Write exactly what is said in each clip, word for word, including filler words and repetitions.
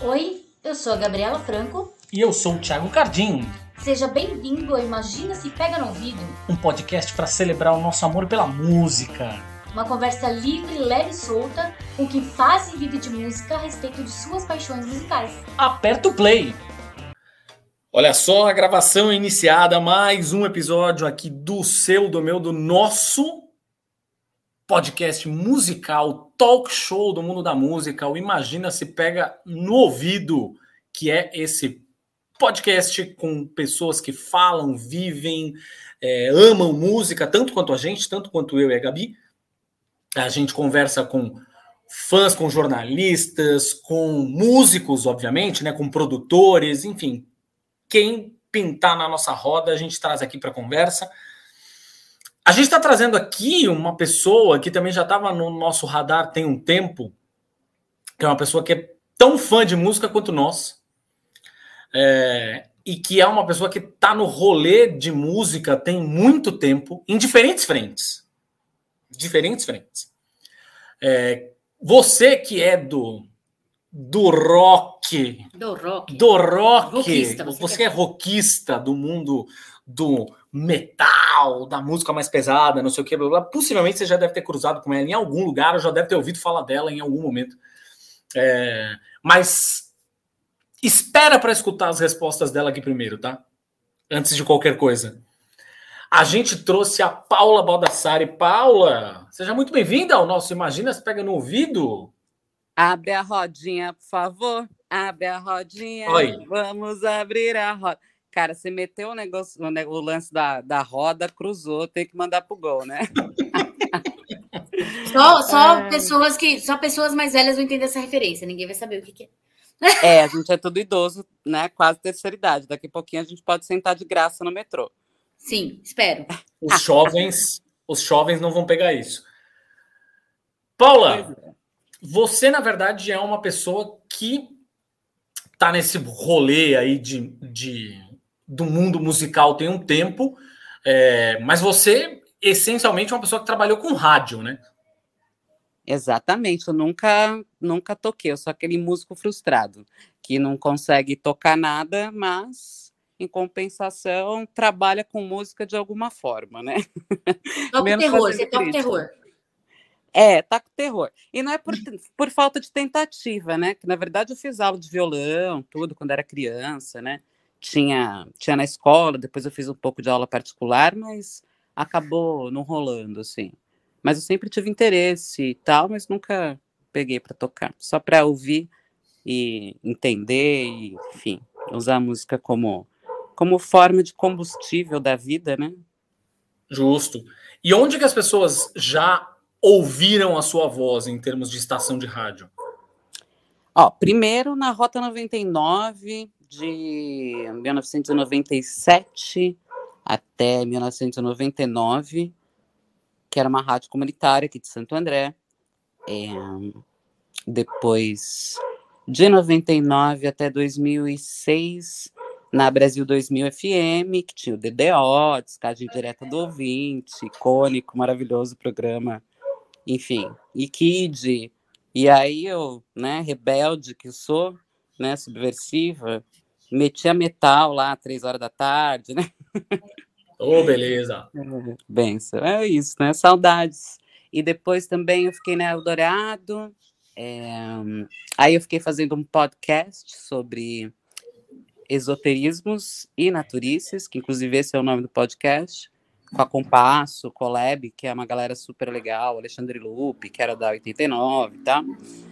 Oi, eu sou a Gabriela Franco. E eu sou o Thiago Cardim. Seja bem-vindo ao Imagina Se Pega no Ouvido, um podcast para celebrar o nosso amor pela música. Uma conversa livre, leve e solta com quem faz e vive de música a respeito de suas paixões musicais. Aperta o play! Olha só, a gravação é iniciada, mais um episódio aqui do seu, do meu, do nosso podcast musical, talk show do mundo da música, o Imagina Se Pega no Ouvido, que é esse podcast com pessoas que falam, vivem, é, amam música, tanto quanto a gente, tanto quanto eu e a Gabi. A gente conversa com fãs, com jornalistas, com músicos, obviamente, né, com produtores, enfim. Quem pintar na nossa roda, a gente traz aqui para conversa. A gente está trazendo aqui uma pessoa que também já estava no nosso radar tem um tempo, que é uma pessoa que é tão fã de música quanto nós, é, e que é uma pessoa que está no rolê de música tem muito tempo, em diferentes frentes. Diferentes frentes. É, você que é do, do rock... Do rock. Do rock. Rockista, você você que é rockista do mundo do metal, da música mais pesada, não sei o que, blá, blá, possivelmente você já deve ter cruzado com ela em algum lugar, ou já deve ter ouvido falar dela em algum momento. É, mas espera para escutar as respostas dela aqui primeiro, tá? Antes de qualquer coisa. A gente trouxe a Paula Baldassari. Paula, seja muito bem-vinda ao nosso Imagina Se Pega no Ouvido. Abre a rodinha, por favor. Abre a rodinha. Oi. Vamos abrir a roda. Cara, você meteu o negócio, o lance da, da roda, cruzou, tem que mandar pro gol, né? Só, só, é... pessoas que, só pessoas mais velhas vão entender essa referência. Ninguém vai saber o que, que é. É, a gente é tudo idoso, né? Quase terceira idade. Daqui a pouquinho a gente pode sentar de graça no metrô. Sim, espero. Os jovens, os jovens não vão pegar isso. Paula, é. Você, na verdade, é uma pessoa que tá nesse rolê aí de, de, do mundo musical tem um tempo, é, mas você, essencialmente, é uma pessoa que trabalhou com rádio, né? Exatamente. Eu nunca, nunca toquei. Eu sou aquele músico frustrado, que não consegue tocar nada, mas... em compensação, trabalha com música de alguma forma, né? Toca terror, você toca terror. É, tá com terror. E não é por, por falta de tentativa, né? Que, na verdade, eu fiz aula de violão, tudo, quando era criança, né? Tinha, tinha na escola, depois eu fiz um pouco de aula particular, mas acabou não rolando, assim. Mas eu sempre tive interesse e tal, mas nunca peguei para tocar. Só para ouvir e entender e, enfim, usar a música como... como forma de combustível da vida, né? Justo. E onde que as pessoas já ouviram a sua voz em termos de estação de rádio? Ó, primeiro na Rota noventa e nove, de mil novecentos e noventa e sete até mil novecentos e noventa e nove, que era uma rádio comunitária aqui de Santo André. É, depois, de noventa e nove até dois mil e seis... na Brasil dois mil F M, que tinha o D D O, Descagem Direta do Ouvinte, icônico, maravilhoso programa, enfim, e Kid. E aí eu, né, rebelde que sou, né, subversiva, metia metal lá, três horas da tarde, né? Ô, oh, beleza. É, benção, é isso, né, saudades. E depois também eu fiquei na Eldorado, é, aí eu fiquei fazendo um podcast sobre... esoterismos e naturices, que inclusive esse é o nome do podcast, com a Compasso, Colab, que é uma galera super legal, Alexandre Lupe, que era da oitenta e nove, tá?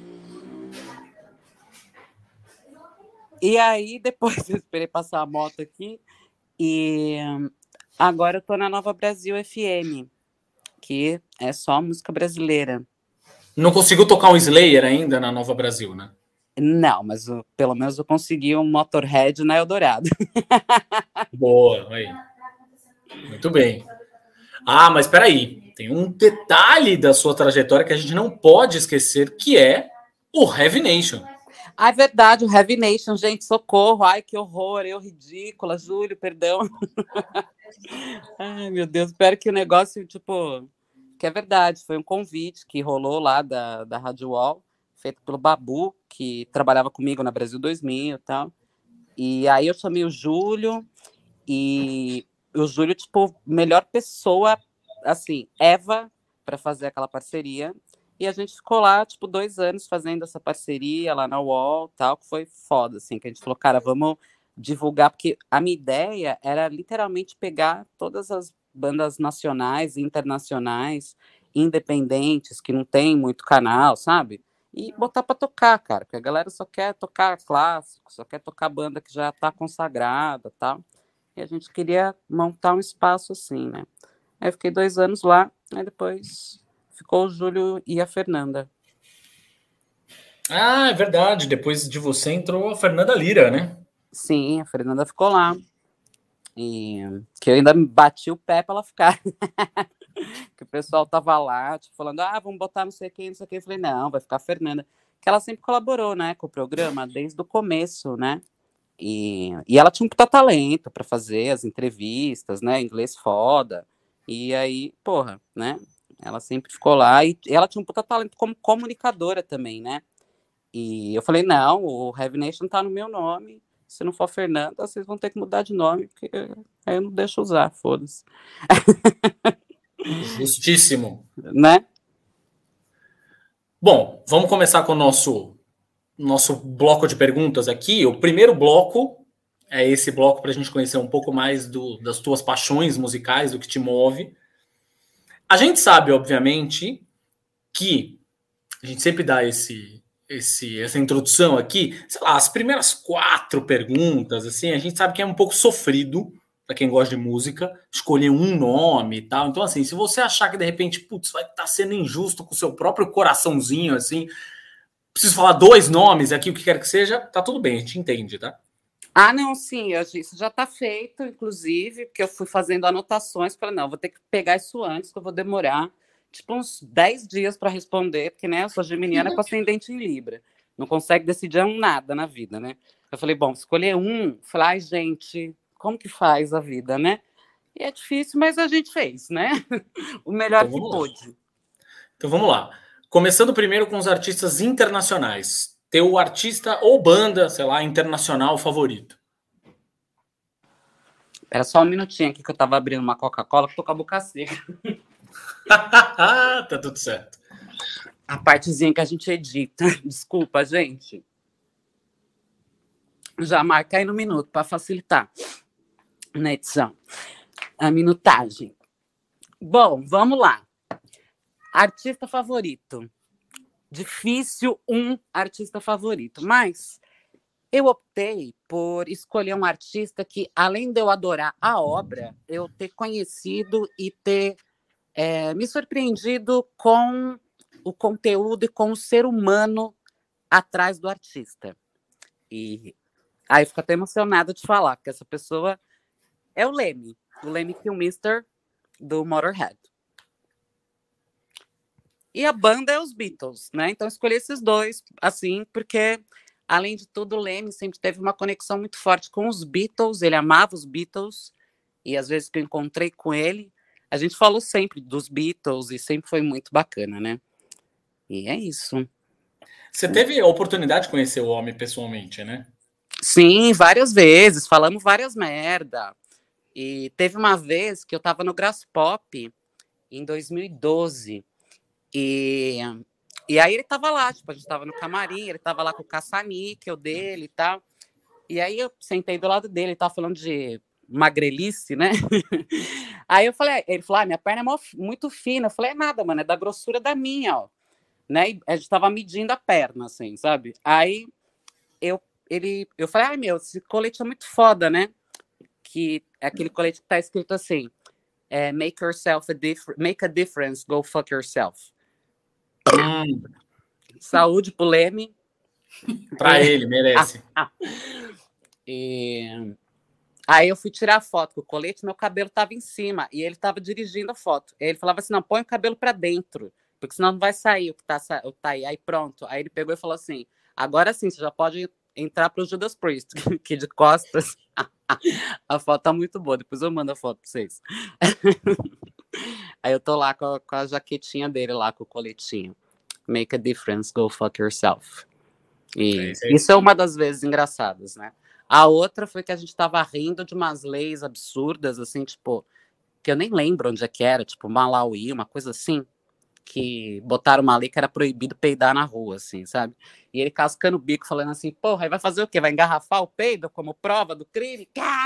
E aí, depois eu esperei passar a moto aqui, e agora eu tô na Nova Brasil F M, que é só música brasileira. Não conseguiu tocar um Slayer ainda na Nova Brasil, né? Não, mas eu, pelo menos eu consegui um Motorhead na Eldorado. Boa, aí. Muito bem. Ah, mas espera aí. Tem um detalhe da sua trajetória que a gente não pode esquecer, que é o Heavy Nation. Ah, é verdade, o Heavy Nation, gente, socorro. Ai, que horror, eu ridícula, Júlio, perdão. Ai, meu Deus, espero que o negócio, tipo... que é verdade, foi um convite que rolou lá da, da Rádio Wall. feito pelo Babu, que trabalhava comigo na Brasil dois mil e tal. E aí eu chamei o Júlio, e o Júlio, tipo, melhor pessoa, assim, Eva, para fazer aquela parceria. E a gente ficou lá, tipo, dois anos fazendo essa parceria lá na U O L, tal, que foi foda, assim, que a gente falou, cara, vamos divulgar, porque a minha ideia era literalmente pegar todas as bandas nacionais e internacionais, independentes, que não tem muito canal, sabe? E botar para tocar, cara, porque a galera só quer tocar clássico, só quer tocar banda que já tá consagrada, tal. E a gente queria montar um espaço assim, né? Aí eu fiquei dois anos lá, aí depois ficou o Júlio e a Fernanda. Ah, é verdade. Depois de você entrou a Fernanda Lira, né? Sim, a Fernanda ficou lá. E que eu ainda bati o pé para ela ficar. Que o pessoal tava lá, tipo, falando, ah, vamos botar não sei quem, não sei quem. Eu falei, não, vai ficar a Fernanda. Que ela sempre colaborou, né, com o programa, desde o começo, né? E, e ela tinha um puta talento para fazer as entrevistas, né? Inglês foda. E aí, porra, né? Ela sempre ficou lá e ela tinha um puta talento como comunicadora também, né? E eu falei, não, o Heavy Nation tá no meu nome. Se não for Fernanda, vocês vão ter que mudar de nome, porque aí eu não deixo usar, foda-se. Justíssimo. Né? Bom, vamos começar com o nosso, nosso bloco de perguntas aqui. O primeiro bloco é esse bloco para a gente conhecer um pouco mais do, das tuas paixões musicais, do que te move. A gente sabe, obviamente, que a gente sempre dá esse, esse, essa introdução aqui, sei lá, as primeiras quatro perguntas, assim, a gente sabe que é um pouco sofrido para quem gosta de música, escolher um nome e tal. Então, assim, se você achar que de repente, putz, vai estar tá sendo injusto com o seu próprio coraçãozinho, assim, preciso falar dois nomes aqui, o que quer que seja, tá tudo bem, a gente entende, tá? Ah, não, sim, eu, isso já está feito, inclusive, porque eu fui fazendo anotações, falei, não, vou ter que pegar isso antes, que eu vou demorar, tipo, uns dez dias para responder, porque, né, eu sou geminiana com ascendente em Libra, não consegue decidir um nada na vida, né? Eu falei, bom, escolher um, falei, ai, gente, como que faz a vida, né? E é difícil, mas a gente fez, né? O melhor Então, que vamos lá. pôde. Então vamos lá. Começando primeiro com os artistas internacionais. Teu artista ou banda, sei lá, internacional favorito. Era só um minutinho aqui que eu tava abrindo uma Coca-Cola que tô com a boca seca. Tá tudo certo. A partezinha que a gente edita. Desculpa, gente. Já marca aí no minuto para facilitar na edição. A minutagem. Bom, vamos lá. Artista favorito. Difícil um artista favorito, mas eu optei por escolher um artista que, além de eu adorar a obra, eu ter conhecido e ter é, me surpreendido com o conteúdo e com o ser humano atrás do artista. E aí eu fico até emocionada de falar, porque essa pessoa é o Lemmy, o Lemmy Kilmister do Motorhead. E a banda é os Beatles, né? Então eu escolhi esses dois, assim, porque, além de tudo, o Lemmy sempre teve uma conexão muito forte com os Beatles, ele amava os Beatles, e às vezes que eu encontrei com ele, a gente falou sempre dos Beatles, e sempre foi muito bacana, né? E é isso. Você teve a oportunidade de conhecer o homem pessoalmente, né? Sim, várias vezes, falamos várias merda. E teve uma vez que eu tava no Grass Pop, em dois mil e doze, e, e aí ele tava lá, tipo, a gente tava no camarim, ele tava lá com o caça-níquel dele e tal, e aí eu sentei do lado dele, ele tava falando de magrelice, né? Aí eu falei, ele falou, ah, minha perna é mó, muito fina, eu falei, é nada, mano, é da grossura da minha, ó, né? E a gente tava medindo a perna, assim, sabe? Aí eu, ele, eu falei, ai, meu, esse colete é muito foda, né? Que é aquele colete que tá escrito assim, é, make yourself a dif- make a difference, go fuck yourself. Hum, Saúde pro Leme. pra ele, merece. E aí eu fui tirar a foto com o colete, meu cabelo tava em cima e ele tava dirigindo a foto. Ele falava assim, não, põe o cabelo para dentro, porque senão não vai sair o que tá, o que tá aí. Aí pronto. Aí ele pegou e falou assim, agora sim, você já pode entrar pro Judas Priest, que de costas. A foto tá muito boa, depois eu mando a foto pra vocês. Aí eu tô lá com a, com a jaquetinha dele lá, com o coletinho. make a difference, go fuck yourself. E é isso é uma das vezes engraçadas, né? A outra foi que a gente tava rindo de umas leis absurdas, assim, tipo, que eu nem lembro onde é que era, tipo, Malawi, uma coisa assim, que botaram uma lei que era proibido peidar na rua, assim, sabe? E ele cascando o bico, falando assim, porra, aí vai fazer o quê? Vai engarrafar o peido como prova do crime?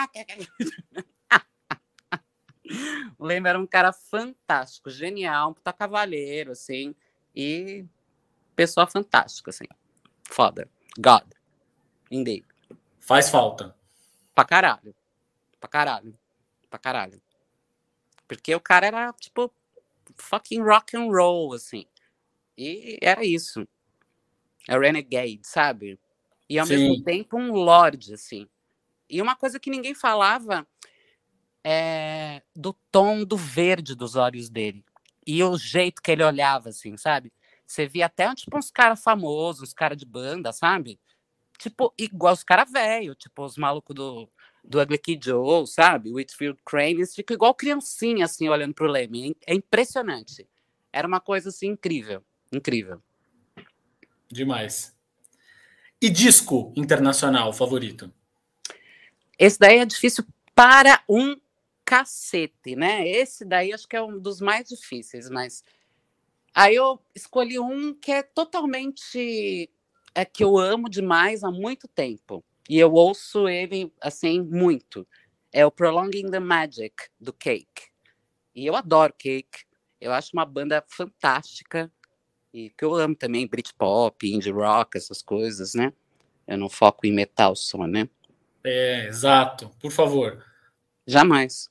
O Leme era um cara fantástico, genial, um puta cavalheiro, assim, e pessoa fantástica, assim. Foda. God. Indeed. Faz falta. Pra caralho. Pra caralho. Pra caralho. Porque o cara era, tipo, fucking rock and roll, assim. E era isso. É renegade, sabe? E ao Sim. mesmo tempo um lorde, assim. E uma coisa que ninguém falava é do tom do verde dos olhos dele. E o jeito que ele olhava, assim, sabe? Você via até, tipo, uns caras famosos, uns caras de banda, sabe? Tipo, igual os caras velhos, tipo, os malucos do, do Ugly Kid Joe, sabe? Whitfield Crane, eles ficam igual criancinha, assim, olhando pro Leme. É impressionante. Era uma coisa, assim, incrível. Incrível. Demais. E disco internacional favorito? Esse daí é difícil para um cacete, né? Esse daí acho que é um dos mais difíceis, mas aí eu escolhi um que é totalmente é que eu amo demais há muito tempo e eu ouço ele assim muito. É o Prolonging the Magic do Cake. E eu adoro Cake. Eu acho uma banda fantástica e que eu amo também Britpop, indie rock, essas coisas, né? Eu não foco em metal só, né? É, exato. Por favor. Jamais.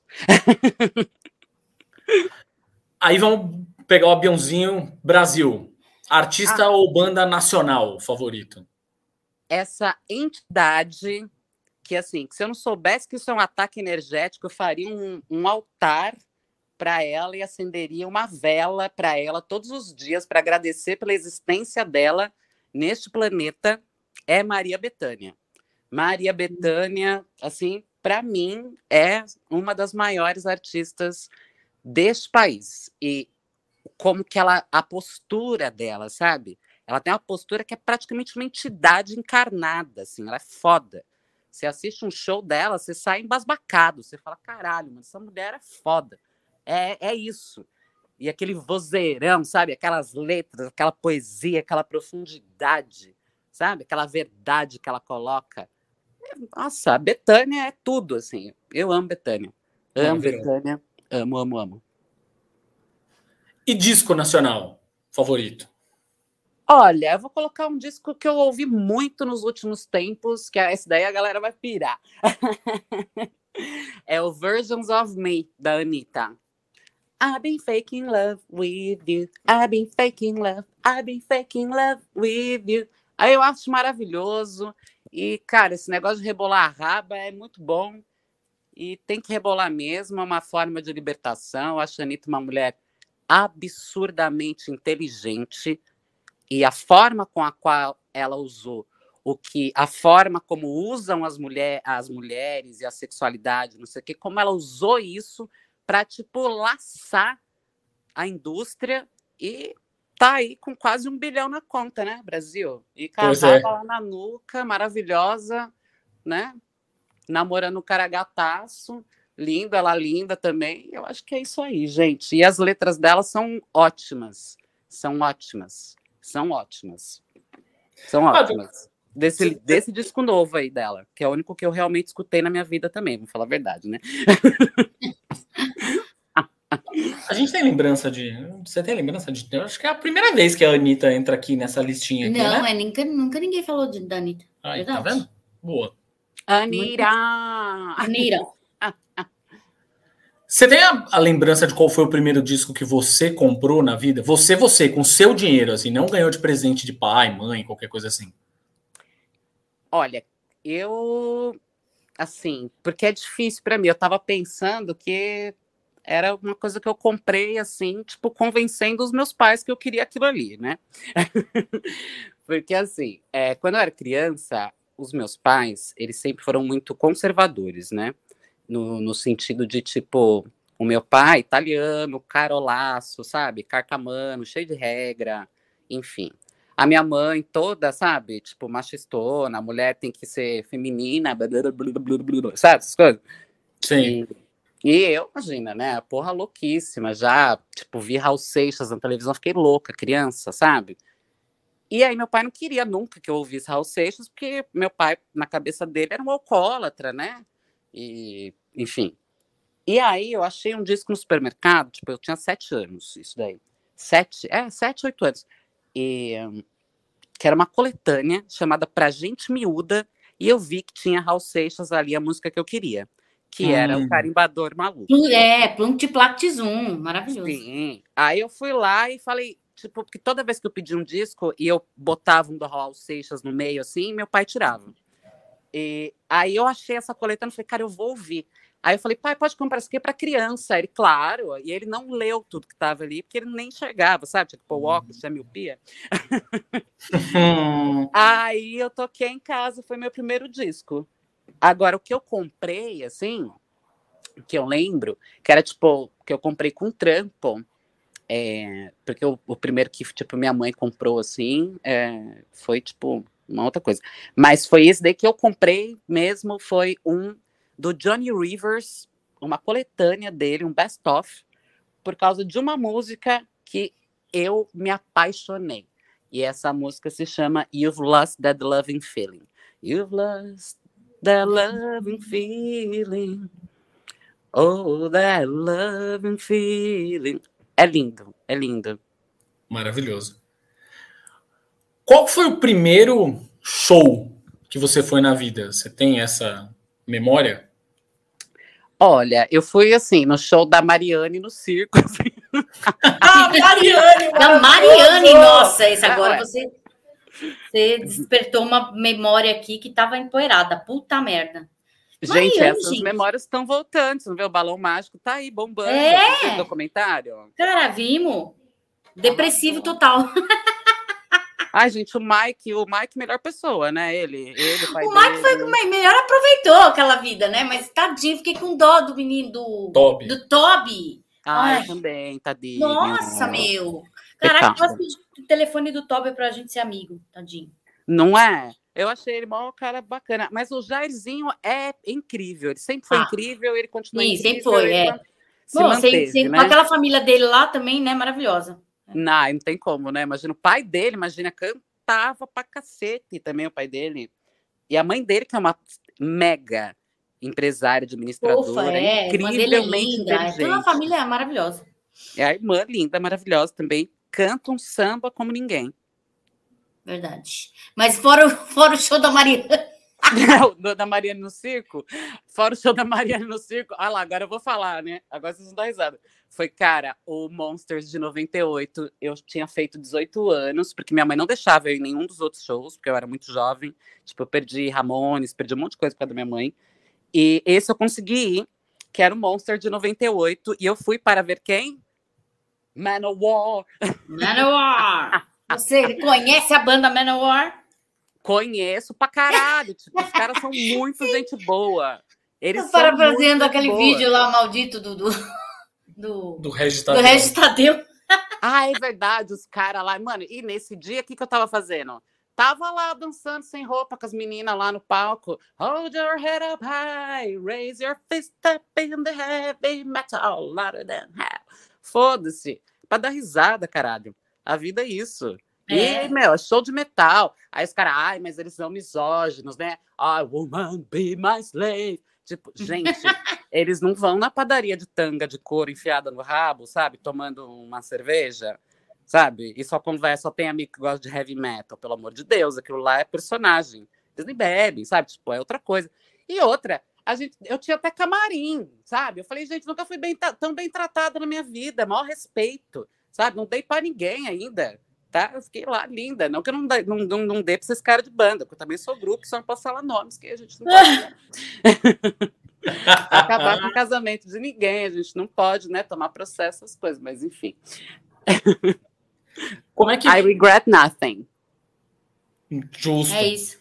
Aí vamos pegar o aviãozinho. Brasil. Artista Ah. ou banda nacional favorito? Essa entidade que, assim, que se eu não soubesse que isso é um ataque energético, eu faria um, um altar para ela e acenderia uma vela para ela todos os dias para agradecer pela existência dela neste planeta. É Maria Bethânia. Maria Bethânia, assim, para mim, é uma das maiores artistas deste país. E como que ela, a postura dela, sabe? Ela tem uma postura que é praticamente uma entidade encarnada, assim, ela é foda. Você assiste um show dela, você sai embasbacado, você fala, caralho, mano, essa mulher é foda. É, é isso. E aquele vozeirão, sabe? Aquelas letras, aquela poesia, aquela profundidade, sabe? Aquela verdade que ela coloca. Nossa, a Bethânia é tudo, assim. Eu amo Bethânia. Amo Bethânia. Amo, amo, amo. E disco nacional favorito? Olha, eu vou colocar um disco que eu ouvi muito nos últimos tempos, que esse daí a galera vai pirar. É o Versions of Me, da Anitta. I've been faking love with you. I've been faking love. I've been faking love with you. Aí eu acho maravilhoso. E, cara, esse negócio de rebolar a raba é muito bom. E tem que rebolar mesmo, é uma forma de libertação. Eu acho a Anitta uma mulher absurdamente inteligente. E a forma com a qual ela usou, o que, a forma como usam as, mulher, as mulheres e a sexualidade, não sei o quê, como ela usou isso para, tipo, laçar a indústria e tá aí com quase um bilhão na conta, né, Brasil? E casada é. lá na nuca, maravilhosa, né? Namorando um cara gataço, linda, ela linda também. Eu acho que é isso aí, gente. E as letras dela são ótimas, são ótimas. São ótimas. São ótimas. Desse, desse disco novo aí dela, que é o único que eu realmente escutei na minha vida também, vou falar a verdade, né? A gente tem lembrança de... Você tem lembrança de... Eu acho que é a primeira vez que a Anitta entra aqui nessa listinha aqui, Não, né? é, nunca, nunca ninguém falou de, da Anitta. Aí, tá vendo? Boa. Anitta! Anitta. Você tem a, a lembrança de qual foi o primeiro disco que você comprou na vida? Você, você, com seu dinheiro, assim, não ganhou de presente de pai, mãe, qualquer coisa assim. Olha, eu, assim, porque é difícil para mim. Eu tava pensando que era uma coisa que eu comprei, assim, tipo, convencendo os meus pais que eu queria aquilo ali, né? Porque, assim, é, quando eu era criança, os meus pais, eles sempre foram muito conservadores, né? No, no sentido de, tipo, o meu pai, italiano, carolaço, sabe? Carcamano, cheio de regra. enfim. A minha mãe toda, sabe? Tipo, machistona, a mulher tem que ser feminina, blá, blá, blá, blá, blá, sabe essas coisas? Sim. E, e eu, imagina, né? Porra louquíssima, já, tipo, vi Raul Seixas na televisão, fiquei louca, criança, sabe? E aí meu pai não queria nunca que eu ouvisse Raul Seixas, porque meu pai, na cabeça dele, era um alcoólatra, né? E, enfim. E aí eu achei um disco no supermercado, tipo, eu tinha sete anos, isso daí. Sete, é, sete, oito anos. E, que era uma coletânea chamada Pra Gente Miúda, e eu vi que tinha Raul Seixas ali, a música que eu queria, que hum. era o Carimbador Maluco. É, Plunct-Plact-Zum, maravilhoso. Sim. Aí eu fui lá e falei, tipo, porque toda vez que eu pedi um disco e eu botava um do Raul Seixas no meio, assim, meu pai tirava. E aí eu achei essa coletânea e falei, cara, eu vou ouvir. Aí eu falei, pai, pode comprar isso aqui para criança. Ele, claro. E ele não leu tudo que estava ali, porque ele nem enxergava, sabe? Tinha que pôr o óculos, tinha miopia. Aí eu toquei em casa, foi meu primeiro disco. Agora, o que eu comprei, assim, que eu lembro, que era, tipo, que eu comprei com trampo, é, porque o, o primeiro que, tipo, minha mãe comprou, assim, é, foi, tipo, uma outra coisa. Mas foi esse daí que eu comprei mesmo, foi um do Johnny Rivers, uma coletânea dele, um best-of, por causa de uma música que eu me apaixonei. E essa música se chama You've Lost That Loving Feeling. You've lost that loving feeling. Oh, that loving feeling. É lindo, é lindo. Maravilhoso. Qual foi o primeiro show que você foi na vida? Você tem essa memória? Olha, eu fui assim, no show da Mariane no circo. Assim. Ah, Mariane! Da Mariane, nossa, esse agora você, você despertou uma memória aqui que tava empoeirada. Puta merda. Gente, Mariane, essas gente. memórias estão voltando. Você não vê? O Balão Mágico tá aí, bombando. É. Você viu o documentário? Cara, vimos. Depressivo ah, total. Ai, gente, o Mike, o Mike, melhor pessoa, né? Ele, ele o pai O Mike dele. foi melhor, aproveitou aquela vida, né? Mas tadinho, fiquei com dó do menino, do Toby. Do Toby. Ai, Ai, também, tadinho. Nossa, meu. Caraca, quase pedi o telefone do Toby pra gente ser amigo, tadinho. Não é? Eu achei ele mó cara bacana. Mas o Jairzinho é incrível. Ele sempre foi ah, incrível, ele continua sim, incrível. sempre foi, é. Se Bom, manteve, sempre, né? Com aquela família dele lá também, né? Maravilhosa. Não, não tem como, né? Imagina o pai dele, imagina, cantava pra cacete também o pai dele. E a mãe dele, que é uma mega empresária, administradora, Ufa, é, incrivelmente é linda. inteligente. Toda a família é maravilhosa. É a irmã linda, maravilhosa também. Canta um samba como ninguém. Verdade. Mas fora, fora o show da Mariana. Não, da Mariana no circo, fora o show da Mariana no circo, ah lá, agora eu vou falar, né? Agora vocês vão dar risada. Foi, cara, o Monsters de noventa e oito, eu tinha feito dezoito anos, porque minha mãe não deixava eu ir em nenhum dos outros shows, porque eu era muito jovem. Tipo, eu perdi Ramones, perdi um monte de coisa por causa da minha mãe. E esse eu consegui ir, que era o Monster de noventa e oito, e eu fui para ver quem? Manowar. Manowar! Você conhece a banda Manowar? Conheço pra caralho. Tipo, os caras são muito gente boa. Eles para fazendo aquele boa. vídeo lá maldito do do, do, do Regis Tadeu. Do Regis Tadeu. Ah, é verdade, os caras lá. Mano, e nesse dia, o que, que eu tava fazendo? Tava lá dançando sem roupa com as meninas lá no palco. Hold your head up high, raise your fist up in the heavy metal, louder than hell. Foda-se. Pra dar risada, caralho. A vida é isso. É. E, meu, é show de metal. Aí os caras, ai, mas eles são misóginos, né? I woman, be my slave. Tipo, gente, eles não vão na padaria de tanga de couro enfiada no rabo, sabe? Tomando uma cerveja, sabe? E só conversa, só tem amigo que gosta de heavy metal, pelo amor de Deus. Aquilo lá é personagem. Eles nem bebem, sabe? Tipo, é outra coisa. E outra, a gente, eu tinha até camarim, sabe? Eu falei, gente, nunca fui bem, tão bem tratada na minha vida. Maior respeito, sabe? Não dei pra ninguém ainda. Tá? Eu fiquei lá, linda. Não que eu não, não, não, não dê pra esses caras de banda, porque eu também sou grupo, só não posso falar nomes, que a gente não pode acabar com o casamento de ninguém, a gente não pode, né, tomar processo, essas coisas, mas enfim. Como é que... I regret nothing. Justo. É isso.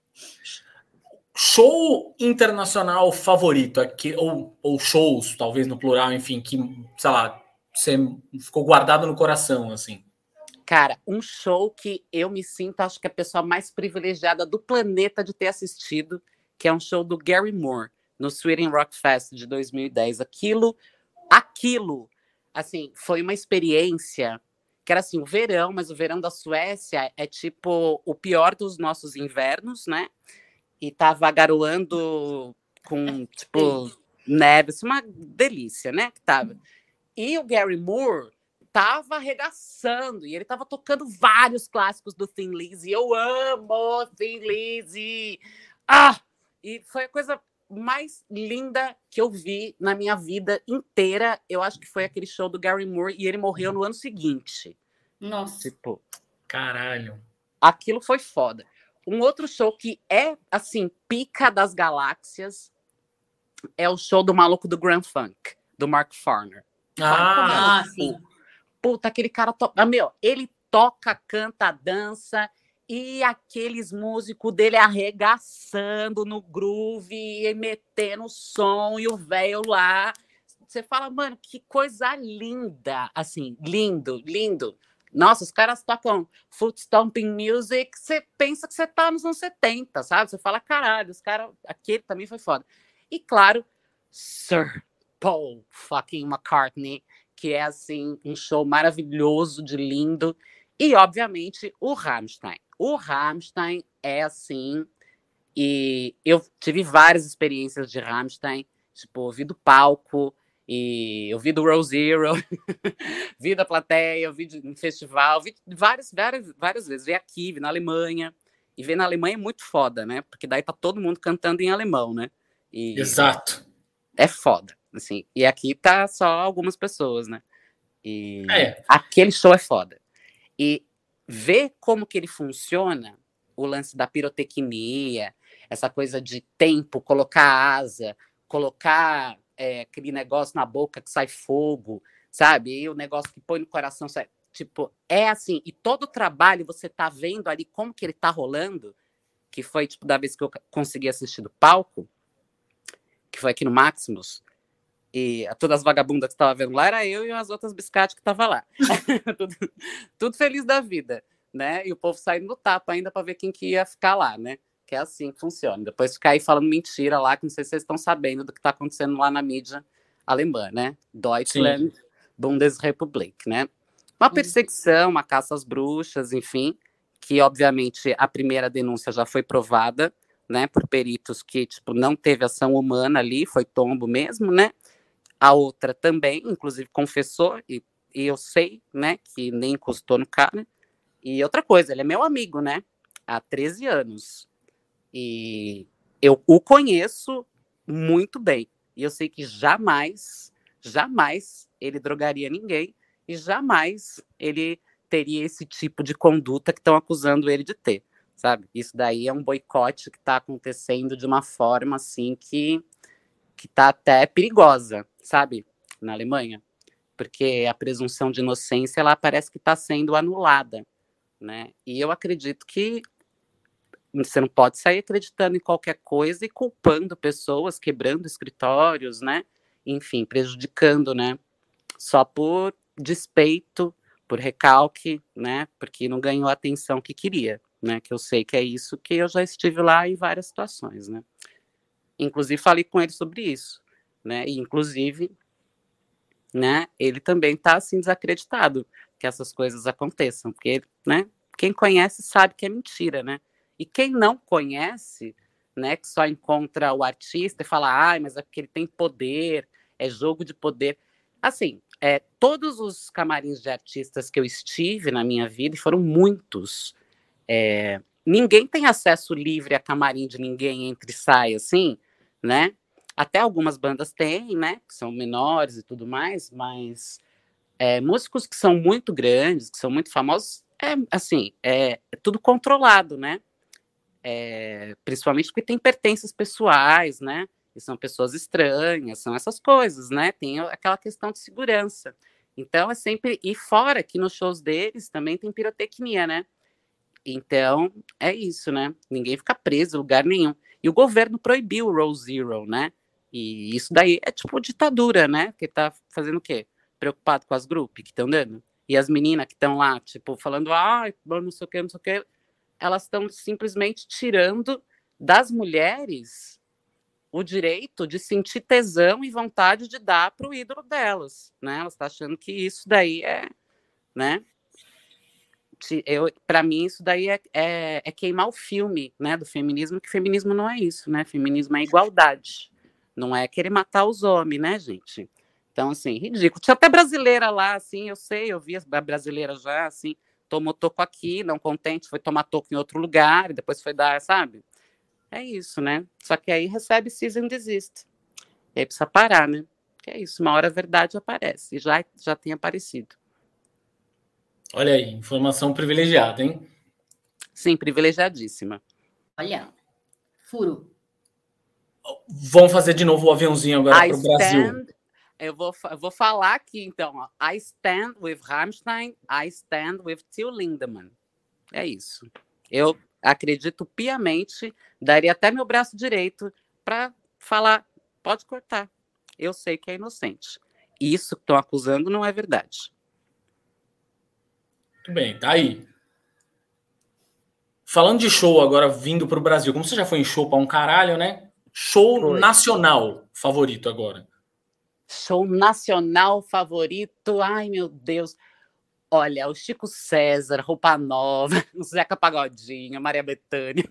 Show internacional favorito, aqui, ou, ou shows, talvez no plural, enfim, que, sei lá, você ficou guardado no coração, assim. Cara, um show que eu me sinto, acho que a pessoa mais privilegiada do planeta de ter assistido, que é um show do Gary Moore, no Sweden Rock Fest de dois mil e dez. Aquilo, aquilo, assim, foi uma experiência que era assim, o verão, mas o verão da Suécia é tipo o pior dos nossos invernos, né? E tava garoando com, tipo, neve, assim, uma delícia, né? Que tava. E o Gary Moore tava arregaçando, e ele tava tocando vários clássicos do Thin Lizzy. Eu amo Thin Lizzy! Ah! E foi a coisa mais linda que eu vi na minha vida inteira. Eu acho que foi aquele show do Gary Moore, e ele morreu no ano seguinte. Nossa. Tipo, caralho. Aquilo foi foda. Um outro show que é, assim, pica das galáxias é o show do maluco do Grand Funk, do Mark Farner. Ah, ah sim. Puta, aquele cara... To... Ah, meu, ele toca, canta, dança, e aqueles músicos dele arregaçando no groove, e metendo som, e o velho lá. Você fala, mano, que coisa linda. Assim, lindo, lindo. Nossa, os caras tocam foot stomping music, você pensa que você tá nos anos setenta, sabe? Você fala, caralho, os caras... Aquele também foi foda. E, claro, Sir Paul fucking McCartney, que é, assim, um show maravilhoso, de lindo. E, obviamente, o Rammstein. O Rammstein é, assim... E eu tive várias experiências de Rammstein, tipo, ouvi do palco, e eu vi do Row Zero, vi da plateia, eu vi de, em festival, vi várias, várias, várias vezes. Vi aqui, vi na Alemanha. E ver na Alemanha é muito foda, né? Porque daí tá todo mundo cantando em alemão, né? E exato. É foda, assim. E aqui tá só algumas pessoas, né? E é. Aquele show é foda. E ver como que ele funciona, o lance da pirotecnia, essa coisa de tempo, colocar asa, colocar é, aquele negócio na boca que sai fogo, sabe? E o negócio que põe no coração sai... Tipo, é assim. E todo o trabalho, você tá vendo ali como que ele tá rolando, que foi, tipo, da vez que eu consegui assistir do palco, que foi aqui no Maximus, e todas as vagabundas que estavam vendo lá era eu e as outras biscates que estavam lá. tudo, tudo feliz da vida, né? E o povo saindo no tapa ainda para ver quem que ia ficar lá, né? Que é assim que funciona. Depois ficar aí falando mentira lá, que não sei se vocês estão sabendo do que está acontecendo lá na mídia alemã, né? Deutschland, Sim. Bundesrepublik, né? Uma perseguição, uma caça às bruxas, enfim, que obviamente a primeira denúncia já foi provada, né, por peritos que, tipo, não teve ação humana ali, foi tombo mesmo, né? A outra também, inclusive, confessou, e, e eu sei, né, que nem encostou no cara. E outra coisa, ele é meu amigo, né? Há treze anos. E eu o conheço muito bem. E eu sei que jamais, jamais ele drogaria ninguém e jamais ele teria esse tipo de conduta que estão acusando ele de ter. Sabe? Isso daí é um boicote que está acontecendo de uma forma assim que que está até perigosa, sabe? Na Alemanha, porque a presunção de inocência ela parece que está sendo anulada, né? E eu acredito que você não pode sair acreditando em qualquer coisa e culpando pessoas, quebrando escritórios, né? Enfim, prejudicando, né? Só por despeito, por recalque, né? Porque não ganhou a atenção que queria. Né, que eu sei que é isso, que eu já estive lá em várias situações, né? Inclusive falei com ele sobre isso, né? E inclusive, né? Ele também está assim desacreditado que essas coisas aconteçam, porque, né? Quem conhece sabe que é mentira, né? E quem não conhece, né? Que só encontra o artista e fala, ai, mas é porque ele tem poder, é jogo de poder. Assim, é, todos os camarins de artistas que eu estive na minha vida, e foram muitos. É, ninguém tem acesso livre a camarim de ninguém entre e sai, assim, né? Até algumas bandas têm, né? Que são menores e tudo mais, mas é, músicos que são muito grandes, que são muito famosos, é assim, é, é tudo controlado, né? É, principalmente porque tem pertences pessoais, né? E são pessoas estranhas, são essas coisas, né? Tem aquela questão de segurança. Então, é sempre... E fora que nos shows deles também tem pirotecnia, né? Então, é isso, né? Ninguém fica preso em lugar nenhum. E o governo proibiu o Row Zero, né? E isso daí é tipo ditadura, né? Que tá fazendo o quê? Preocupado com as grupos que estão dando. E as meninas que estão lá, tipo, falando, ah, não sei o que, não sei o que, elas estão simplesmente tirando das mulheres o direito de sentir tesão e vontade de dar para o ídolo delas, né? Elas estão achando que isso daí é, né? Para mim, isso daí é, é, é queimar o filme, né, do feminismo, que feminismo não é isso, né? Feminismo é igualdade, não é querer matar os homens, né, gente? Então, assim, ridículo. Tinha até brasileira lá, assim, eu sei, eu vi a brasileira já, assim, tomou toco aqui, não contente, foi tomar toco em outro lugar, e depois foi dar, sabe? É isso, né? Só que aí recebe cease and desist. E aí precisa parar, né? Que é isso, uma hora a verdade aparece, e já, já tem aparecido. Olha aí, informação privilegiada, hein? Sim, privilegiadíssima. Olha, furo. Vamos fazer de novo o aviãozinho agora para o Brasil. Eu vou, eu vou falar aqui, então. Ó. I stand with Rammstein, I stand with Till Lindemann. É isso. Eu acredito piamente, daria até meu braço direito para falar, pode cortar. Eu sei que é inocente. Isso que estão acusando não é verdade. Muito bem, tá aí. Falando de show agora vindo para o Brasil, como você já foi em show para um caralho, né? Show foi. Nacional favorito agora. Show nacional favorito, ai meu Deus. Olha, o Chico César, Roupa Nova, o Zeca Pagodinho, Maria Bethânia.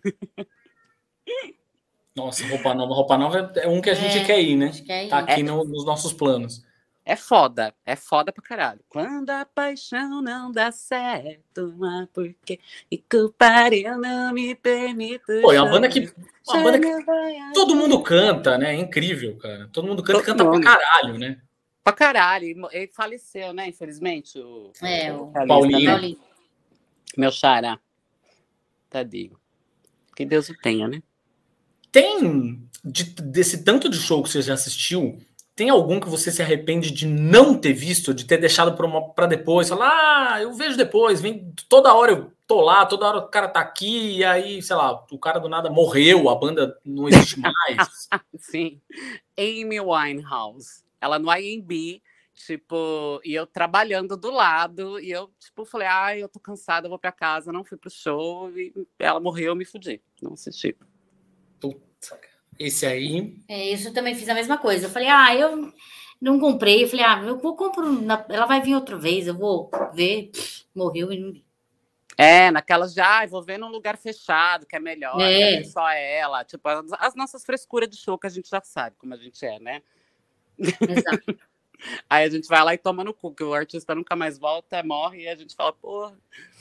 Nossa, Roupa Nova. Roupa Nova é um que a gente é, quer ir, né? Quer ir. Tá aqui é, no, nos nossos planos. É foda, é foda pra caralho. Quando a paixão não dá certo, mas por quê? E culpar eu não me permito. Pô, é uma banda que, uma banda que todo mundo canta, né? É incrível, cara. Todo mundo canta e canta pra caralho, né? Pra caralho. Ele faleceu, né? Infelizmente. O, é, o, o Paulinho. Né? Meu xará. Tadinho. Que Deus o tenha, né? Tem, de, desse tanto de show que você já assistiu, tem algum que você se arrepende de não ter visto, de ter deixado para depois? Falar, ah, eu vejo depois, vem, toda hora eu tô lá, toda hora o cara tá aqui, e aí, sei lá, o cara do nada morreu, a banda não existe mais. Sim. Amy Winehouse. Ela no I M B, tipo, e eu trabalhando do lado, e eu, tipo, falei, ai, eu tô cansada, eu vou pra casa, não fui pro show, e ela morreu, eu me fudi, não assisti. Puta, esse aí... É, isso eu também fiz a mesma coisa, eu falei, ah, eu não comprei, eu falei, ah, eu vou comprar, ela vai vir outra vez, eu vou ver, pff, morreu e não vi. É, naquelas de, ah, vou ver num lugar fechado, que é melhor, é. é só ela, tipo, as, as nossas frescuras de show que a gente já sabe como a gente é, né? Exato. Aí a gente vai lá e toma no cu, que o artista nunca mais volta, morre, e a gente fala, porra.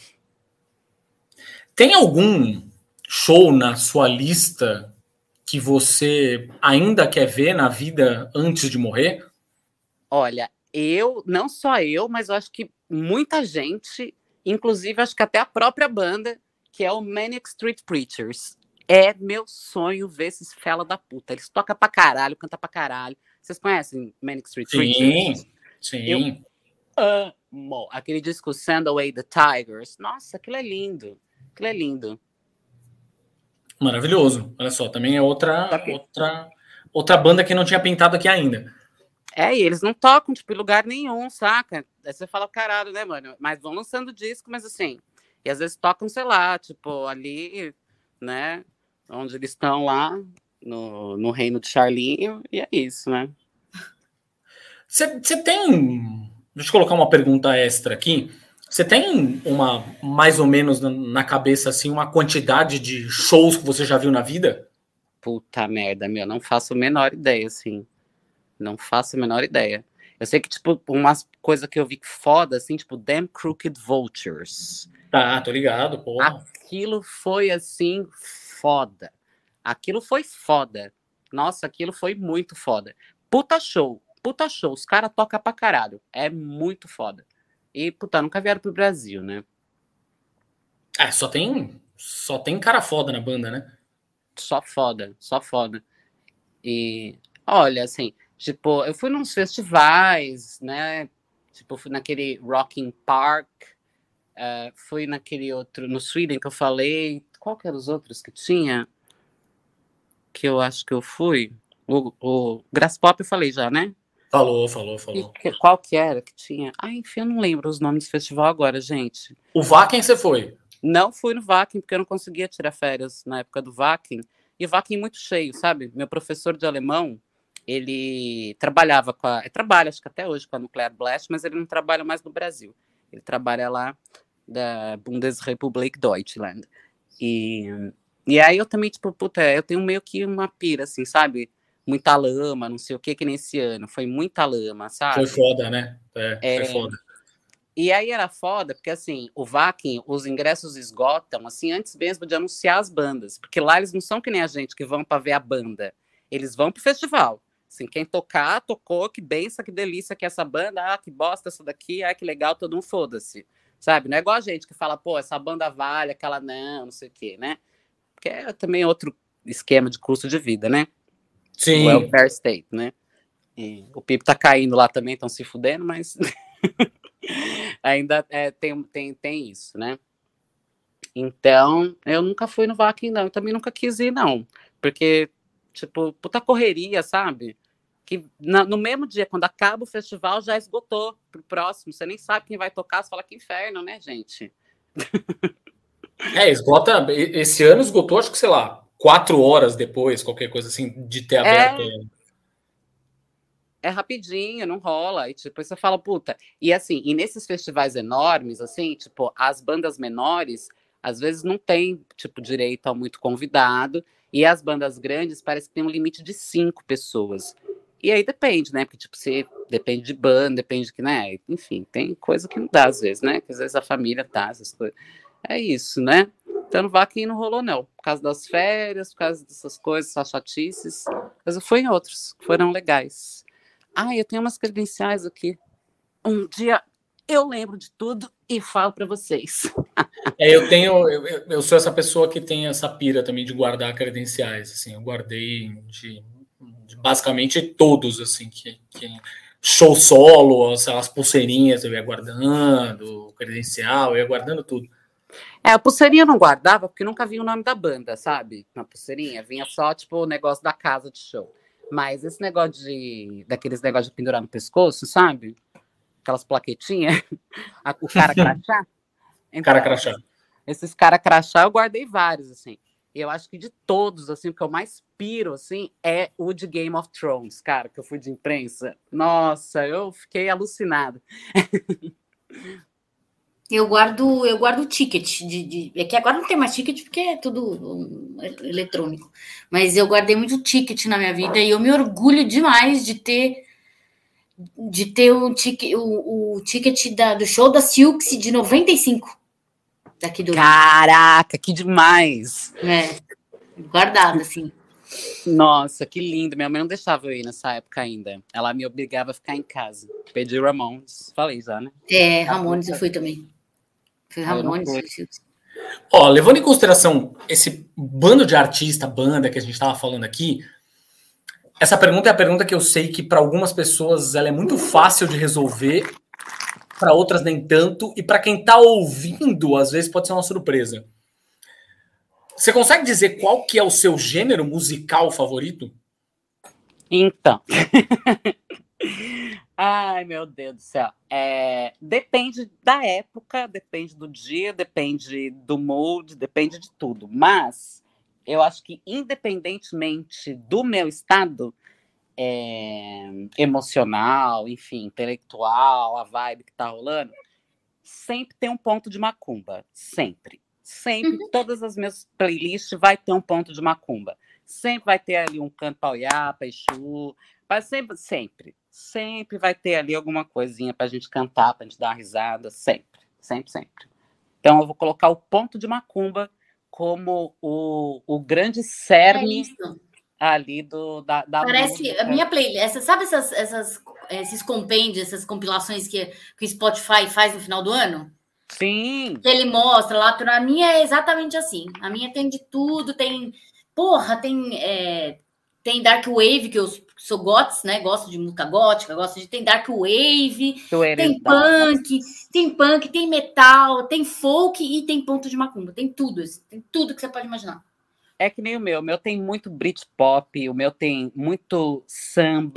Tem algum show na sua lista que você ainda quer ver na vida antes de morrer? Olha, eu, não só eu, mas eu acho que muita gente, inclusive acho que até a própria banda, que é o Manic Street Preachers. É meu sonho ver esses fela da puta. Eles tocam pra caralho, cantam pra caralho. Vocês conhecem Manic Street Preachers? Sim, sim. Eu amo aquele disco Send Away the Tigers. Nossa, aquilo é lindo. Aquilo é lindo. Maravilhoso. Olha só, também é outra, outra, outra banda que não tinha pintado aqui ainda. É, e eles não tocam, tipo, em lugar nenhum, saca? Aí você fala, caralho, né, mano? Mas vão lançando disco, mas assim... E às vezes tocam, sei lá, tipo, ali, né? Onde eles estão lá, no, no reino de Charlinho, e é isso, né? Você tem... Deixa eu colocar uma pergunta extra aqui. Você tem uma, mais ou menos na cabeça, assim, uma quantidade de shows que você já viu na vida? Puta merda, meu, não faço a menor ideia, assim. Não faço a menor ideia. Eu sei que, tipo, umas coisas que eu vi foda, assim, tipo, Damn Crooked Vultures. Tá, tô ligado, porra. Aquilo foi, assim, foda. Aquilo foi foda. Nossa, aquilo foi muito foda. Puta show, puta show. Os caras tocam pra caralho. É muito foda. E, puta, nunca vieram pro Brasil, né? É, só tem, só tem cara foda na banda, né? Só foda, só foda. E, olha, assim, tipo, eu fui nos festivais, né? Tipo, fui naquele Rocking Park, uh, fui naquele outro, no Sweden que eu falei. Qual que eram os outros que tinha? Que eu acho que eu fui. O, o Grass Pop eu falei já, né? Falou, falou, falou. Que, qual que era que tinha? Ah, enfim, eu não lembro os nomes do festival agora, gente. O Wacken você foi? Não fui no Wacken, porque eu não conseguia tirar férias na época do Wacken. E o Wacken muito cheio, sabe? Meu professor de alemão, ele trabalhava com a... Ele trabalha, acho que até hoje, com a Nuclear Blast, mas ele não trabalha mais no Brasil. Ele trabalha lá da Bundesrepublik Deutschland. E, e aí eu também, tipo, puta, eu tenho meio que uma pira, assim, sabe? Muita lama, não sei o que, que nesse ano. Foi muita lama, sabe? Foi foda, né? É, É, foi foda. E aí era foda, porque assim, o Wacken, os ingressos esgotam, assim, antes mesmo de anunciar as bandas. Porque lá eles não são que nem a gente, que vão para ver a banda. Eles vão pro festival. Assim, quem tocar, tocou, que benção, que delícia que é essa banda, ah, que bosta essa daqui, ah, que legal, todo mundo foda-se. Sabe? Não é igual a gente que fala, pô, essa banda vale, aquela não, não sei o quê, né? Porque é também outro esquema de custo de vida, né? Sim. O welfare state, né? E o P I B tá caindo lá também, estão se fudendo, mas ainda é, tem, tem, tem isso, né? Então, eu nunca fui no Wacken, não. Eu também nunca quis ir, não. Porque, tipo, puta correria, sabe? Que na, no mesmo dia, quando acaba o festival, já esgotou pro próximo. Você nem sabe quem vai tocar, você fala que inferno, né, gente? É, esgota. Esse ano esgotou, acho que, sei lá, quatro horas depois, qualquer coisa assim, de ter aberto. É, é rapidinho, não rola. E depois você fala, puta. E assim, e nesses festivais enormes, assim, tipo, as bandas menores, às vezes não tem, tipo, direito a muito convidado. E as bandas grandes parece que tem um limite de cinco pessoas. E aí depende, né? Porque, tipo, você depende de banda, depende de que, né? Enfim, tem coisa que não dá, às vezes, né? Que às vezes a família tá, essas coisas. É isso, né? Então no Wacken não rolou, não. Por causa das férias, por causa dessas coisas, essas chatices. Mas eu fui em outros, que foram legais. Ah, eu tenho umas credenciais aqui. Um dia eu lembro de tudo e falo para vocês. É, eu tenho, eu, eu sou essa pessoa que tem essa pira também de guardar credenciais, assim, eu guardei de, de basicamente todos, assim, que, que show solo, as pulseirinhas eu ia guardando, credencial, eu ia guardando tudo. É, a pulseirinha eu não guardava porque nunca vinha o nome da banda, sabe? Na pulseirinha, vinha só, tipo, o negócio da casa de show. Mas esse negócio de, daqueles negócios de pendurar no pescoço, sabe? Aquelas plaquetinhas, o cara crachá. Então, cara crachá. Esses cara crachá eu guardei vários, assim. E eu acho que de todos, assim, o que eu mais piro, assim, é o de Game of Thrones, cara, que eu fui de imprensa. Nossa, eu fiquei alucinada. Eu guardo, eu guardo ticket de, de, é que agora não tem mais ticket porque é tudo um, eletrônico. Mas eu guardei muito ticket na minha vida e eu me orgulho demais de ter de ter o, tique, o, o ticket da, do show da Silks de noventa e cinco. Daqui do Caraca, que demais! É, guardado, assim. Nossa, que lindo. Minha mãe não deixava eu ir nessa época ainda. Ela me obrigava a ficar em casa. Pedi Ramones. Falei já, né? É, Ramones eu fui também. Foi Ramones. Ó, levando em consideração esse bando de artista, banda que a gente estava falando aqui, essa pergunta é a pergunta que eu sei que para algumas pessoas ela é muito fácil de resolver, para outras nem tanto, e para quem está ouvindo, às vezes pode ser uma surpresa. Você consegue dizer qual que é o seu gênero musical favorito? Então. Ai, meu Deus do céu. É, depende da época, depende do dia, depende do mood, depende de tudo. Mas eu acho que, independentemente do meu estado é, emocional, enfim, intelectual, a vibe que tá rolando, sempre tem um ponto de macumba. Sempre. Sempre, uhum. Todas as minhas playlists vai ter um ponto de macumba. Sempre vai ter ali um canto pauiapa, exu, mas sempre, sempre, sempre vai ter ali alguma coisinha pra gente cantar, pra gente dar uma risada, sempre, sempre, sempre. Então eu vou colocar o ponto de macumba como o, o grande cerne é ali do, da, da Parece música. A minha playlist, sabe essas, essas, esses compêndios, essas compilações que, que o Spotify faz no final do ano? Sim. Que ele mostra lá, a minha é exatamente assim. A minha tem de tudo, tem. Porra, tem. É, tem Dark Wave, que eu sou goths, né? Gosto de música gótica, gosto de. Tem Dark Wave, tem punk, tem punk, tem metal, tem folk e tem ponto de macumba. Tem tudo, tem tudo que você pode imaginar. É que nem o meu. O meu tem muito Britpop, o meu tem muito samba.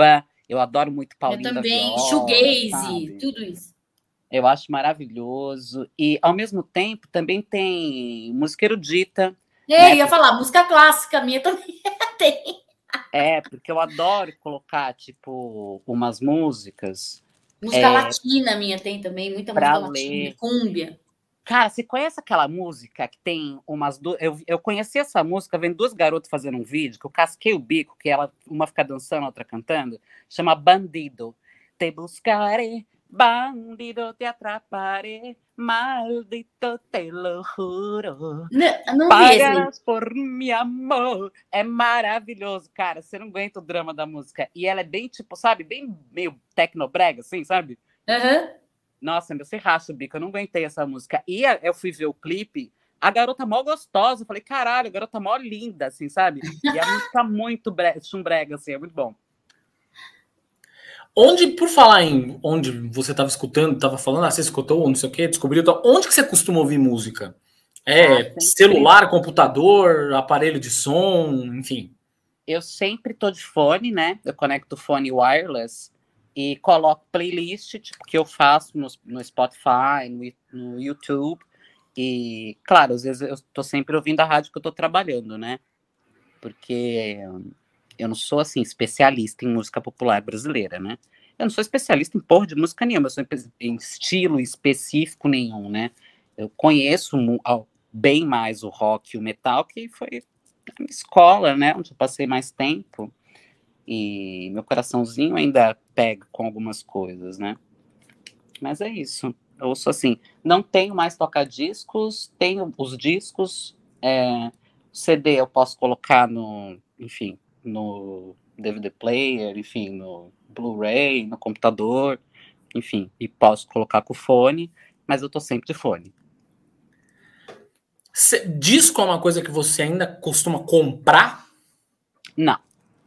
Eu adoro muito Paulinho Eu da também, Viola, shoegaze, sabe? tudo isso. Eu acho maravilhoso. E, ao mesmo tempo, também tem música erudita. É, né? eu ia falar, música clássica minha também tem. É, porque eu adoro colocar, tipo, umas músicas Música latina minha tem também, muita pra música latina, ler. cúmbia. Cara, você conhece aquela música que tem umas duas. Eu, eu conheci essa música vendo duas garotas fazendo um vídeo, que eu casquei o bico, que ela, uma fica dançando, a outra cantando, chama Bandido. Te buscaré, bandido, te atraparé, maldito, te lo juro. Não, não vi esse aí. Pagas por mi amor. É maravilhoso, cara. Você não aguenta o drama da música. E ela é bem, tipo, sabe, bem meio tecnobrega, assim, sabe? Uhum. Nossa, meu, você racha o bico, eu não aguentei essa música. E a, eu fui ver o clipe, a garota mó gostosa, eu falei, caralho, a garota mó linda, assim, sabe? E a música muito bre chumbrega, assim, é muito bom. Onde, por falar em onde você estava escutando, estava falando, ah, você escutou, não sei o quê, descobriu, então, onde que você costuma ouvir música? É Ah, celular, computador, aparelho de som, enfim. Eu sempre tô de fone, né? Eu conecto o fone wireless e coloco playlist, tipo, que eu faço no, no Spotify, no, no YouTube. E, claro, às vezes eu tô sempre ouvindo a rádio que eu tô trabalhando, né? Porque eu não sou, assim, especialista em música popular brasileira, né? Eu não sou especialista em porra de música nenhuma, eu sou em estilo específico nenhum, né? Eu conheço bem mais o rock e o metal, que foi a minha escola, né? Onde eu passei mais tempo. E meu coraçãozinho ainda pega com algumas coisas, né? Mas é isso. Eu ouço assim, não tenho mais toca-discos, tenho os discos, é, C D eu posso colocar no, enfim, no D V D player, enfim, no Blu-ray, no computador, enfim, e posso colocar com o fone, mas eu tô sempre de fone. Cê, disco é uma coisa que você ainda costuma comprar? Não.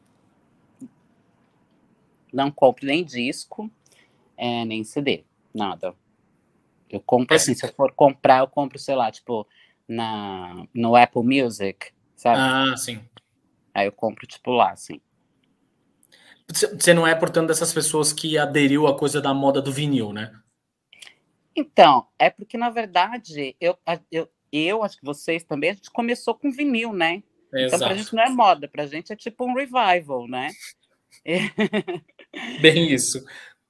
Não compro nem disco, é, nem C D, nada. Eu compro assim, se eu for comprar, eu compro, sei lá, tipo, na, no Apple Music, sabe? Ah, sim. Aí eu compro, tipo, lá, assim. Você não é, portanto, dessas pessoas que aderiu à coisa da moda do vinil, né? Então, é porque, na verdade, eu, eu, eu acho que vocês também, a gente começou com vinil, né? É, então, pra gente não é moda, pra gente é tipo um revival, né? Bem isso.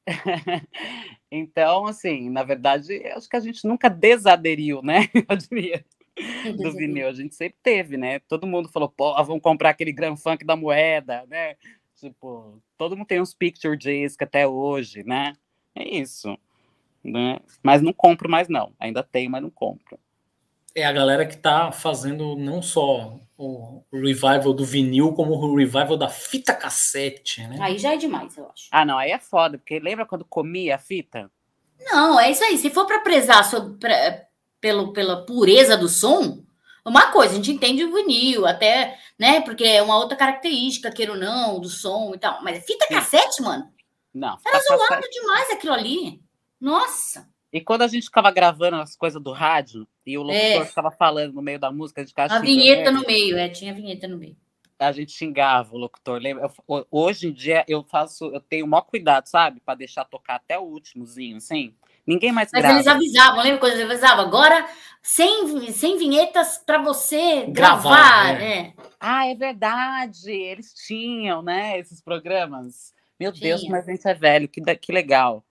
Então, assim, na verdade, acho que a gente nunca desaderiu, né? Eu diria, do vinil. A gente sempre teve, né? Todo mundo falou, pô, vamos comprar aquele Grand Funk da Moeda, né? Tipo, todo mundo tem uns picture disc até hoje, né? É isso. Né? Mas não compro mais, não. Ainda tenho, mas não compro. É a galera que tá fazendo não só o revival do vinil, como o revival da fita cassete, né? Aí já é demais, eu acho. Ah, não, aí é foda, porque lembra quando comia a fita? Não, é isso aí. Se for para prezar sobre, pra, pelo, pela pureza do som, uma coisa, a gente entende o vinil, até, né? Porque é uma outra característica, queira ou não, do som e tal. Mas fita Sim. cassete, mano, não, era zoado cassete. demais aquilo ali. Nossa! E quando a gente ficava gravando as coisas do rádio e o locutor É. ficava falando no meio da música, a gente ficava A xingando vinheta ele, no meio, é, tinha vinheta no meio. a gente xingava o locutor. Lembra? Eu, hoje em dia eu faço, eu tenho o maior cuidado, sabe? Para deixar tocar até o últimozinho, assim. Ninguém mais Mas grava. eles avisavam, lembra quando eles avisavam? Agora, sem, sem vinhetas para você gravar. Gravar, é. É. Ah, é verdade. Eles tinham, né? Esses programas. Meu Tinha. Deus, mas a gente é velho. Que, que legal.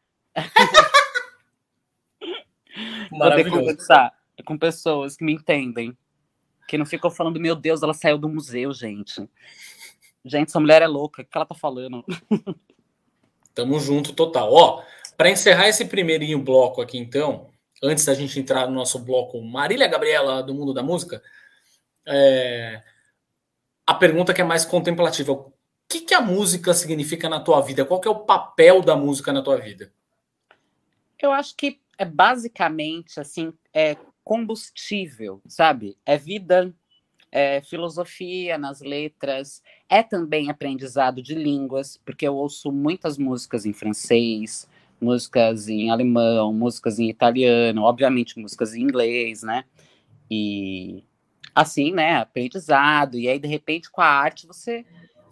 Poder conversar com pessoas que me entendem. Que não ficam falando, meu Deus, ela saiu do museu, gente. Gente, essa mulher é louca. O que ela tá falando? Tamo junto, total. Ó, para encerrar esse primeirinho bloco aqui, então, antes da gente entrar no nosso bloco Marília Gabriela do Mundo da Música, é... a pergunta que é mais contemplativa. O que, que a música significa na tua vida? Qual que é o papel da música na tua vida? Eu acho que é basicamente, assim, é combustível, sabe? É vida, é filosofia nas letras, é também aprendizado de línguas, porque eu ouço muitas músicas em francês, músicas em alemão, músicas em italiano, obviamente músicas em inglês, né? E assim, né, aprendizado, e aí de repente com a arte você,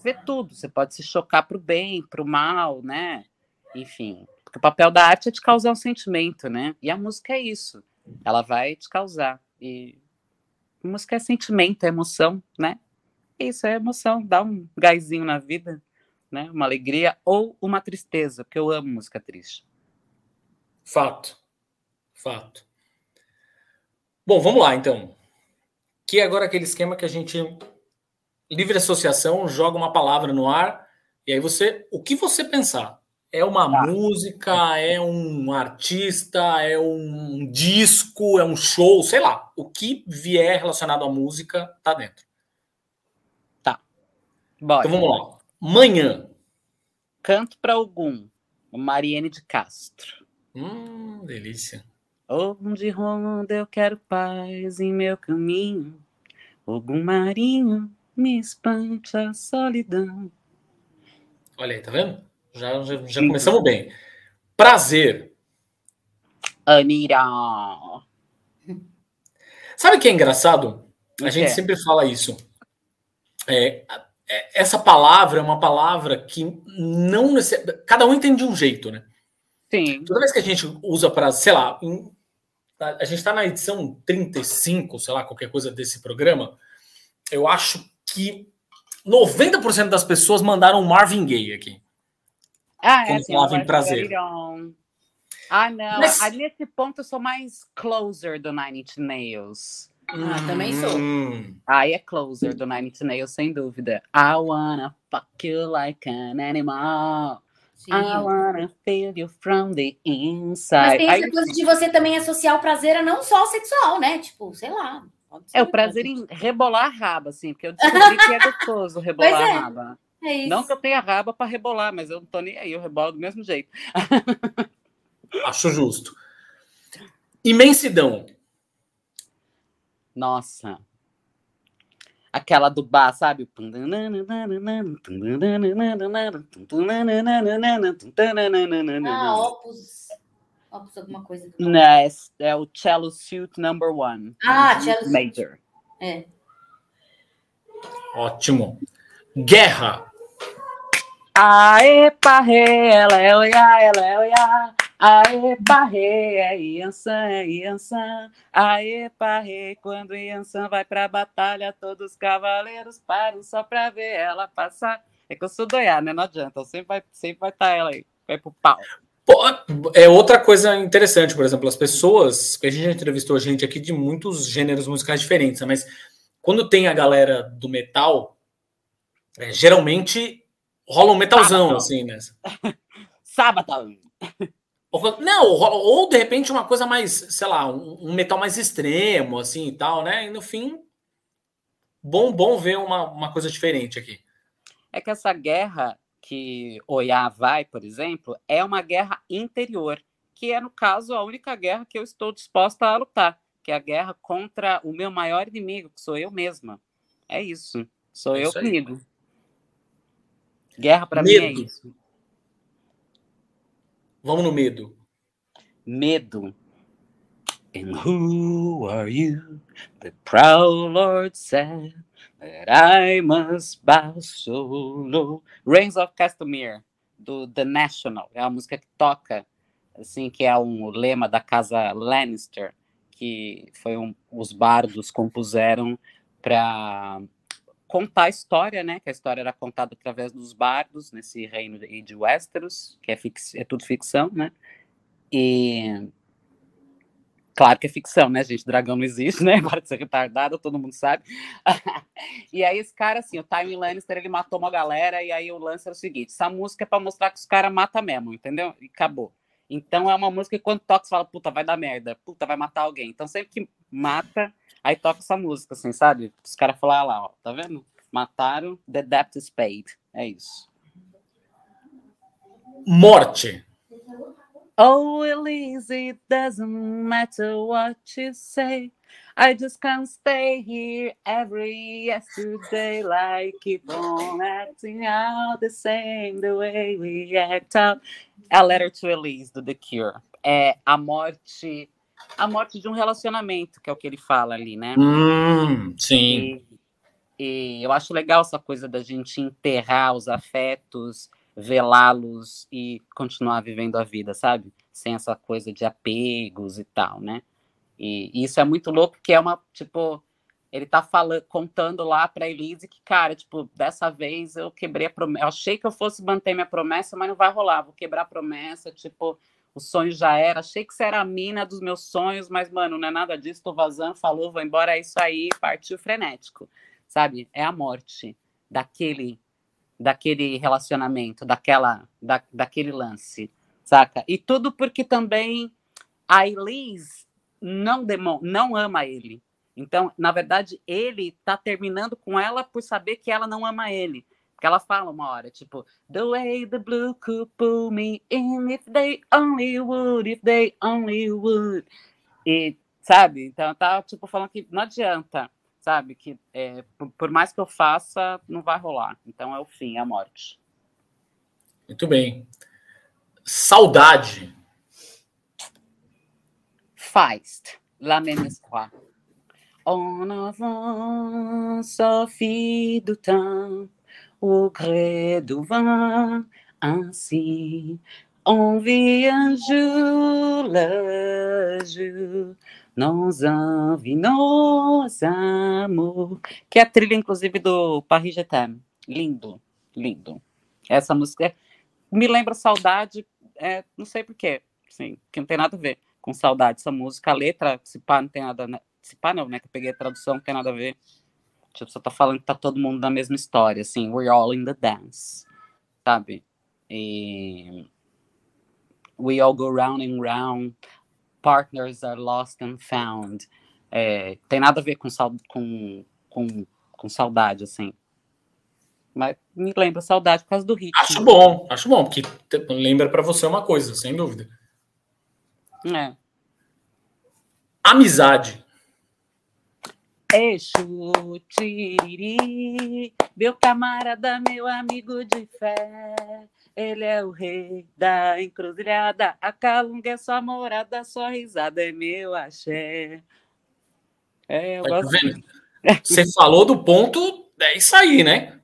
ver tudo, você pode se chocar pro bem, pro mal, né? Enfim, porque o papel da arte é te causar um sentimento, né? E a música é isso, ela vai te causar. E a música é sentimento, é emoção, né? Isso é emoção, dá um gásinho na vida, né? Uma alegria ou uma tristeza, porque eu amo música triste. Fato. Fato. Bom, vamos lá, então. Que é agora aquele esquema que a gente... Livre associação, joga uma palavra no ar, e aí você... O que você pensar? É uma Tá. música, é um artista, é um disco, é um show, sei lá. O que vier relacionado à música, tá dentro. Tá. Bora. Então vamos lá. Manhã. Canto para algum. Mariene de Castro. Hum, delícia. Onde ronda eu quero paz em meu caminho. Algum marinho me espante a solidão. Olha aí, tá vendo? Já, já, já começamos bem. Prazer. Anira. Sabe o que é engraçado? A O gente quê? sempre fala isso. É, é, essa palavra é uma palavra que não... necess- Cada um entende de um jeito, né? Sim. Toda vez que a gente usa para, sei lá, em- a gente está na edição trinta e cinco, sei lá, qualquer coisa desse programa, eu acho que noventa por cento das pessoas mandaram Marvin Gaye aqui. Ah, é Quando assim, falava ela em prazer. Ah, não. Mas- Ah, nesse ponto eu sou mais closer do Nine Inch Nails. Ah, também sou. Hum, Aí é closer do Nine Inch Nails, sem dúvida. I wanna fuck you like an animal. Sim. I wanna feel you from the Mas inside. tem Aí, essa coisa de você também associar o prazer a não só o sexual, né? Tipo, sei lá. pode ser é o prazer em rebolar a raba, assim, porque eu descobri que é gostoso rebolar Pois é. a raba. É isso. Não que eu tenha raba pra rebolar, mas eu não tô nem aí, eu rebolo do mesmo jeito. acho justo. Imensidão. Nossa. Aquela do bar, sabe? Ah, Opus. Opus alguma coisa. do nome. Não, é, é o Cello Suite Number One. Ah, Cello Suite. Major. É. Ótimo. Guerra. Aê, parrê, ela é oiá, ela é oiá. Aê, parrê, é Yansan, é Yansan. Aê, parrê, quando Yansan vai pra batalha, todos os cavaleiros param só pra ver ela passar. É que eu sou doiá, né? Não adianta, sempre vai sempre vai estar ela aí, vai pro pau. Pô, é outra coisa interessante, por exemplo, as pessoas, que a gente já entrevistou gente aqui de muitos gêneros musicais diferentes, né? Mas quando tem a galera do metal, é, geralmente rola um metalzão, Sábado. assim, né? Sábado. Ou, não, ou, ou de repente uma coisa mais, sei lá, um, um metal mais extremo, assim, e tal, né? E no fim, bom, bom ver uma, uma coisa diferente aqui. É que essa guerra que Oiá vai, por exemplo, é uma guerra interior, que é, no caso, a única guerra que eu estou disposta a lutar, que é a guerra contra o meu maior inimigo, que sou eu mesma. É isso. Sou É eu isso aí. comigo. Guerra, para mim, é Medo. isso. Vamos no medo. Medo. And who are you? The proud Lord said that I must bow so low. Reigns of Castamere, do The National. É a música que toca, assim, que é um lema da casa Lannister, que foi um, os bardos compuseram para contar a história, né? Que a história era contada através dos bardos nesse reino de Westeros, que é, fix, é tudo ficção, né? E claro que é ficção, né, gente? Dragão não existe, né? Para de ser retardado, todo mundo sabe. E aí esse cara, assim, o Tywin Lannister, ele matou uma galera, e aí o lance era o seguinte: essa música é para mostrar que os caras matam mesmo, entendeu? E acabou. Então é uma música que quando toca, você fala, puta, vai dar merda, puta, vai matar alguém. Então sempre que mata, aí toca essa música, assim, sabe? Os caras falam, ah lá, ó, tá vendo? Mataram, the debt is paid. É isso. Morte. Oh, Elise, it doesn't matter what you say. I just can't stay here every yesterday. Like keep on acting out the same, the way we act out. A Letter to Elise, do The Cure. É a morte, a morte de um relacionamento, que é o que ele fala ali, né? Hum, sim. E E eu acho legal essa coisa da gente enterrar os afetos, velá-los e continuar vivendo a vida, sabe? Sem essa coisa de apegos e tal, né? E, e isso é muito louco, que é uma, tipo, ele tá falando, contando lá pra Elise que, cara, tipo, dessa vez eu quebrei a promessa. Eu achei que eu fosse manter minha promessa, mas não vai rolar, vou quebrar a promessa, tipo, o sonho já era. Achei que você era a mina dos meus sonhos, mas, mano, não é nada disso, tô vazando, falou, vou embora, é isso aí, partiu frenético, sabe? É a morte daquele, daquele relacionamento, daquela, da, daquele lance, saca? E tudo porque também a Elise não, demo, não ama ele. Então, na verdade, ele tá terminando com ela por saber que ela não ama ele. Porque ela fala uma hora, tipo, the way the blue could pull me in, if they only would, if they only would. E, sabe? Então, tá, tipo, falando que não adianta, sabe? Que é, por, por mais que eu faça, não vai rolar. Então, é o fim, é a morte. Muito bem. Saudade. Feist, la même histoire. En avant, Sophie du temps, au gré du vent, ainsi, on vit un jour le jour, nos envies, nos amours, que é a trilha, inclusive, do Paris Je t'aime. Lindo, lindo. Essa música me lembra saudade, é, não sei porquê, assim, que não tem nada a ver com saudade, essa música, a letra, se pá, não tem nada, se pá não, né, que eu peguei a tradução, não tem nada a ver, tipo, você tá falando que tá todo mundo na mesma história, assim, we're all in the dance, sabe, e we all go round and round, partners are lost and found, é, tem nada a ver com, com, com, com saudade, assim, mas me lembra saudade por causa do ritmo. Acho bom, acho bom, porque lembra pra você uma coisa, sem dúvida. É. Amizade. Exu, tiriri, meu camarada, meu amigo de fé, ele é o rei da encruzilhada, a calunga é sua morada, sua risada é meu axé. É, eu Tá gosto. vendo? Você falou do ponto, é isso aí, né?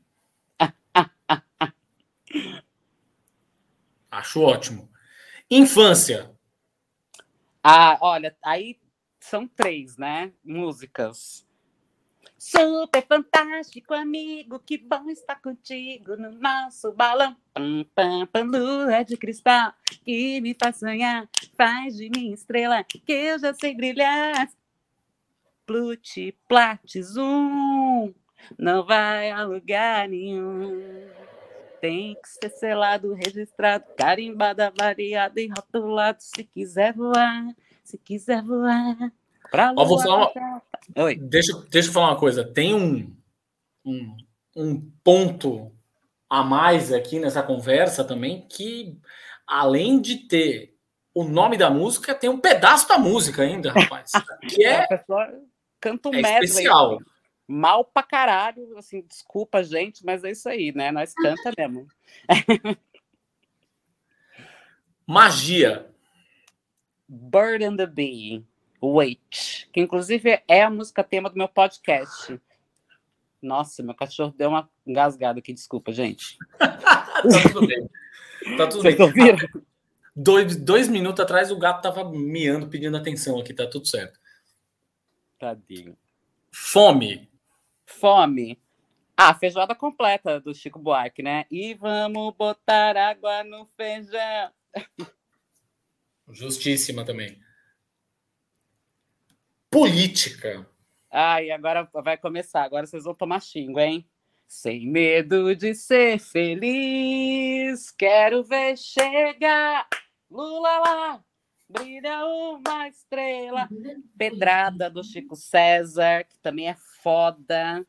Acho ótimo. Infância. Ah, olha, aí são três, né? Músicas. Super fantástico, amigo, que bom estar contigo no nosso balão. Pam, pam, pam, lua de cristal, que me faz sonhar, faz de mim estrela, que eu já sei brilhar. Plute, plat, zoom, não vai a lugar nenhum. Tem que ser selado, registrado, carimbado, avariado e rotulado, se quiser voar, se quiser voar. Pra Ó, vou lua, falar pra... uma... Oi. Deixa, deixa eu falar uma coisa. Tem um, um, um ponto a mais aqui nessa conversa também, que além de ter o nome da música, tem um pedaço da música ainda, rapaz. Que é, canta um é medley, especial. assim, mal pra caralho, assim, desculpa, gente, mas é isso aí, né? Nós canta mesmo. Magia. Bird and the Bee, Wait, que inclusive é a música tema do meu podcast. Nossa, meu cachorro deu uma engasgada aqui, desculpa, gente. Tá tudo bem. Tá tudo Vocês bem. ouviram? Dois, dois minutos atrás o gato tava miando, pedindo atenção aqui, tá tudo certo. Tadinho. Fome. Fome. Ah, feijoada completa do Chico Buarque, né? E vamos botar água no feijão. Justíssima também. Política. Ai, agora vai começar. Agora vocês vão tomar xingo, hein? Sem medo de ser feliz, quero ver chegar. Lula lá, brilha uma estrela. Pedrada do Chico César, que também é foda.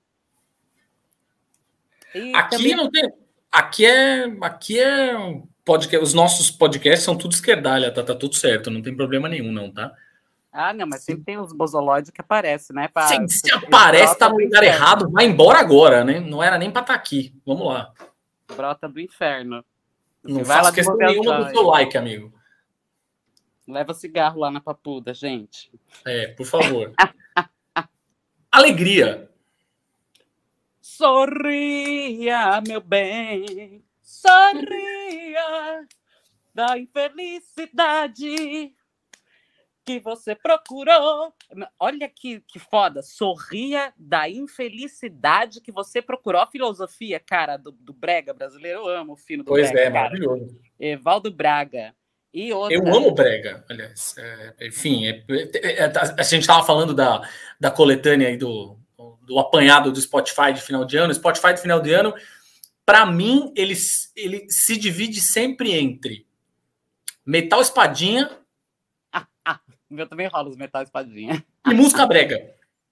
E aqui também... não tem. Aqui é. Aqui é um podcast. Os nossos podcasts são tudo esquerdalha, tá? Tá tudo certo, não tem problema nenhum, não, tá? Ah, não, mas sempre tem os bozolóides que aparecem, né? Pra... Se, se aparece, tá no lugar errado, vai embora agora, né? Não era nem pra estar aqui. Vamos lá. Brota do inferno. Não Você faço questão nenhuma do seu like, amigo. Leva cigarro lá na papuda, gente. É, por favor. Alegria. Sorria, meu bem, sorria da infelicidade que você procurou. Olha que, que foda. Sorria da infelicidade que você procurou. A filosofia, cara, do, do Brega brasileiro. Eu amo o fino do Pois Brega, é, cara. maravilhoso. Evaldo Braga. E outra... Eu amo Brega, aliás. É, enfim, é, é, é, a gente estava falando da, da coletânea aí do, do apanhado do Spotify de final de ano. O Spotify de final de ano, para mim, ele, ele se divide sempre entre Metal Espadinha. Ah, ah, o meu também rola os Metal Espadinha. E música brega.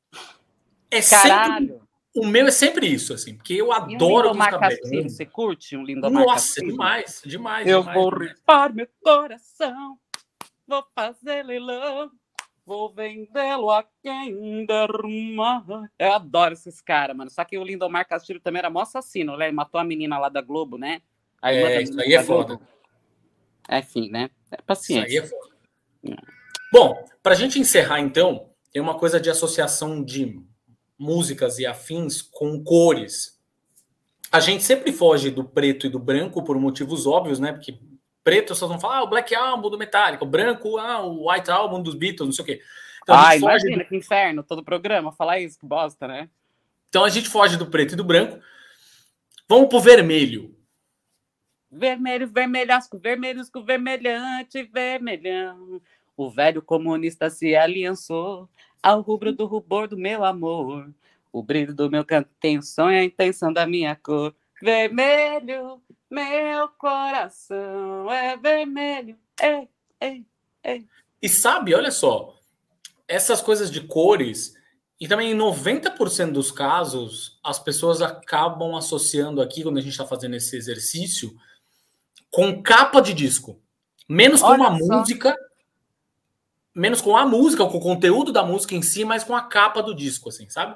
É Caralho! sempre, o meu é sempre isso, assim, porque eu adoro e um música brega. Castilho, você curte um Lindomar Nossa, Castilho? demais, demais. Eu demais, vou demais. ripar meu coração, vou fazer leilão, vou vendê-lo a quem der uma. Eu adoro esses caras, mano. Só que o Lindomar Castilho também era mó assassino, né? Ele matou a menina lá da Globo, né? A irmã É, da isso menina aí é da foda. Globo. Enfim, né? É Isso paciência. aí é foda. Bom, pra gente encerrar, então, tem uma coisa de associação de músicas e afins com cores. A gente sempre foge do preto e do branco por motivos óbvios, né? Porque preto, vocês vão falar, ah, o Black Album do Metallica, o branco, ah, o White Album dos Beatles, não sei o quê. Então, ah, a gente foge imagina do... que inferno, todo programa, falar isso, que bosta, né? Então a gente foge do preto e do branco. Vamos pro vermelho. Vermelho, vermelhasco, vermelhosco, vermelhante, vermelhão. O velho comunista se aliançou ao rubro do rubor do meu amor. O brilho do meu canto tem o sonho, a intenção da minha cor. Vermelho, meu coração é vermelho. Ei, ei, ei. E sabe, olha só, essas coisas de cores, e também em noventa por cento dos casos, as pessoas acabam associando aqui, quando a gente está fazendo esse exercício, com capa de disco. Menos com Olha a só. música, menos com a música, com o conteúdo da música em si, mas com a capa do disco, assim, sabe?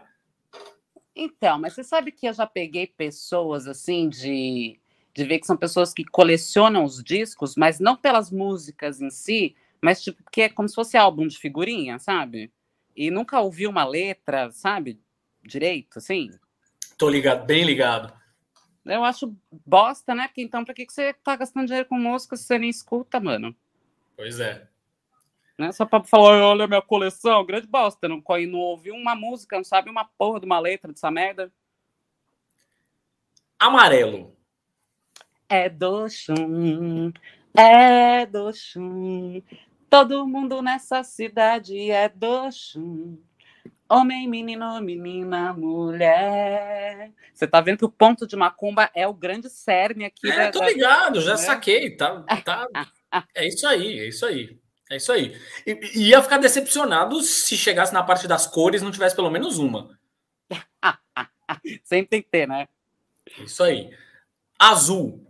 Então, mas você sabe que eu já peguei pessoas assim de, de ver que são pessoas que colecionam os discos, mas não pelas músicas em si, mas tipo que é como se fosse álbum de figurinha, sabe? E nunca ouvi uma letra, sabe? Direito, assim. Tô ligado, bem ligado. Eu acho bosta, né? Porque então, pra que que você tá gastando dinheiro com música se você nem escuta, mano? Pois é. Né? Só pra falar, olha a minha coleção, grande bosta. Não, não ouviu uma música, não sabe uma porra de uma letra dessa merda. Amarelo. É do chum, é do chum. Todo mundo nessa cidade é do chum. Homem, menino, menina, mulher. Você tá vendo que o ponto de macumba é o grande cerne aqui. É, da, tô da... ligado, já né? saquei. Tá, tá... É isso aí, é isso aí. É isso aí. E, e ia ficar decepcionado se chegasse na parte das cores e não tivesse pelo menos uma. Sempre tem que ter, né? Isso aí. Azul.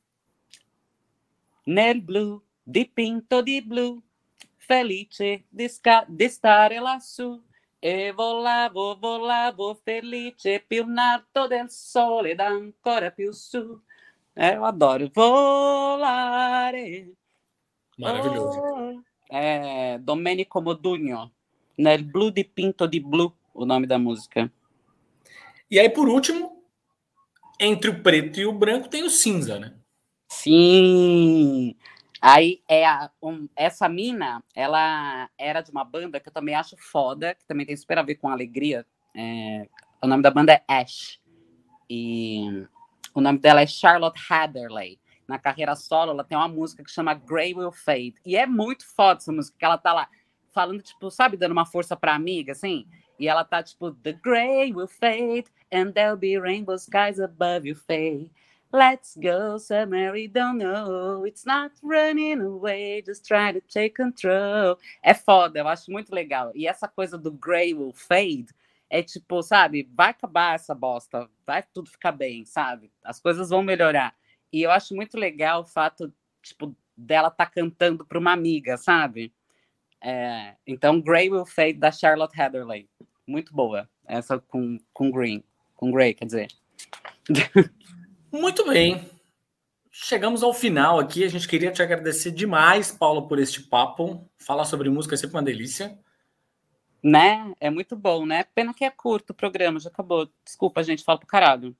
Nel blu, dipinto di blu, felice di, sca- di stare lassù. E volavo, volavo felice più in alto del sole ed ancora più su. É, eu adoro. Volare. Maravilhoso. Oh. É, Domenico Modugno. Nel blu dipinto di blu, o nome da música. E aí, por último, entre o preto e o branco tem o cinza, né? Sim! Aí é a, um, essa mina, ela era de uma banda que eu também acho foda, que também tem super a ver com alegria. É, o nome da banda é Ash. E o nome dela é Charlotte Hatherley. Na carreira solo, ela tem uma música que chama Grey Will Fade. E é muito foda essa música, que ela tá lá falando, tipo, sabe, dando uma força pra amiga, assim? E ela tá, tipo, the grey will fade and there'll be rainbow skies above your face. Let's go somewhere we don't know. It's not running away, just try to take control. É foda, eu acho muito legal. E essa coisa do grey will fade é tipo, sabe, vai acabar essa bosta, vai tudo ficar bem, sabe? As coisas vão melhorar. E eu acho muito legal o fato, tipo, dela tá cantando para uma amiga, sabe? É, então, Grey Will Fade, da Charlotte Hatherley. Muito boa. Essa com, com Green. Com Grey, quer dizer. Muito bem. Chegamos ao final aqui. A gente queria te agradecer demais, Paulo, por este papo. Falar sobre música é sempre uma delícia. Né? É muito bom, né? Pena que é curto o programa, já acabou. Desculpa, gente, falo pro caralho.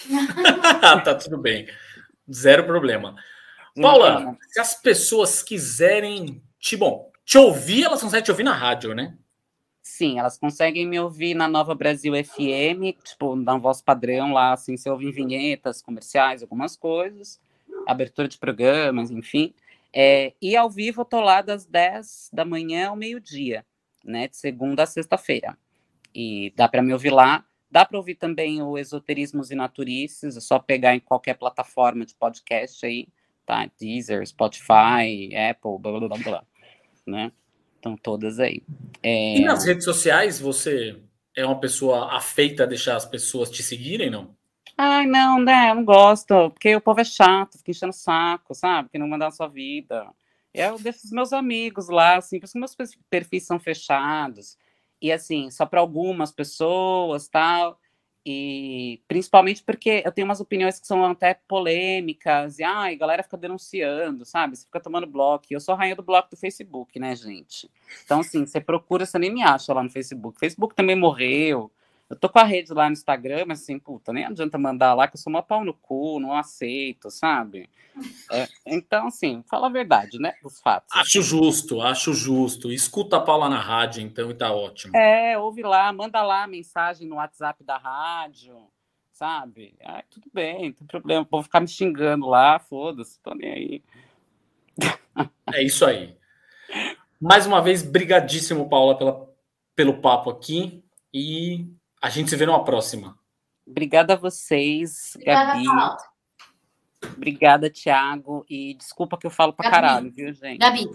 Tá tudo bem. Zero problema. Paula, se as pessoas quiserem te, bom, te ouvir, elas conseguem te ouvir na rádio, né? Sim, elas conseguem me ouvir na Nova Brasil F M, tipo, na voz padrão lá, assim, você ouve em vinhetas, comerciais, algumas coisas, abertura de programas, enfim. É, e ao vivo eu tô lá das dez da manhã ao meio-dia, né, de segunda a sexta-feira. E dá para me ouvir lá. Dá para ouvir também o Esoterismos e Naturices, é só pegar em qualquer plataforma de podcast aí, tá? Deezer, Spotify, Apple, blá, blá, blá, blá, né? Estão todas aí. É... E nas redes sociais, você é uma pessoa afeita a deixar as pessoas te seguirem, não? Ai, não, né? Eu não gosto, porque o povo é chato, fica enchendo o saco, sabe? Que não manda a sua vida. Eu deixo os meus amigos lá, assim, porque os meus perfis são fechados. E, assim, só para algumas pessoas, tal, e principalmente porque eu tenho umas opiniões que são até polêmicas, e, ai, a galera fica denunciando, sabe? Você fica tomando bloco, eu sou a rainha do bloco do Facebook, né, gente? Então, assim, você procura, você nem me acha lá no Facebook. O Facebook também morreu, eu tô com a rede lá no Instagram, mas, assim, puta, nem adianta mandar lá, que eu sou uma pau no cu, não aceito, sabe? É, então, assim, fala a verdade, né? Os fatos. Acho justo, acho justo. Escuta a Paula na rádio, então, e tá ótimo. É, ouve lá, manda lá a mensagem no WhatsApp da rádio, sabe? Ai, tudo bem, não tem problema. Vou ficar me xingando lá, foda-se, tô nem aí. É isso aí. Mais uma vez, brigadíssimo, Paula, pela, pelo papo aqui. E a gente se vê numa próxima. Obrigada a vocês, Gabi. Obrigada, Obrigada, Thiago. E desculpa que eu falo pra Gabi. Caralho, viu, gente? Gabi.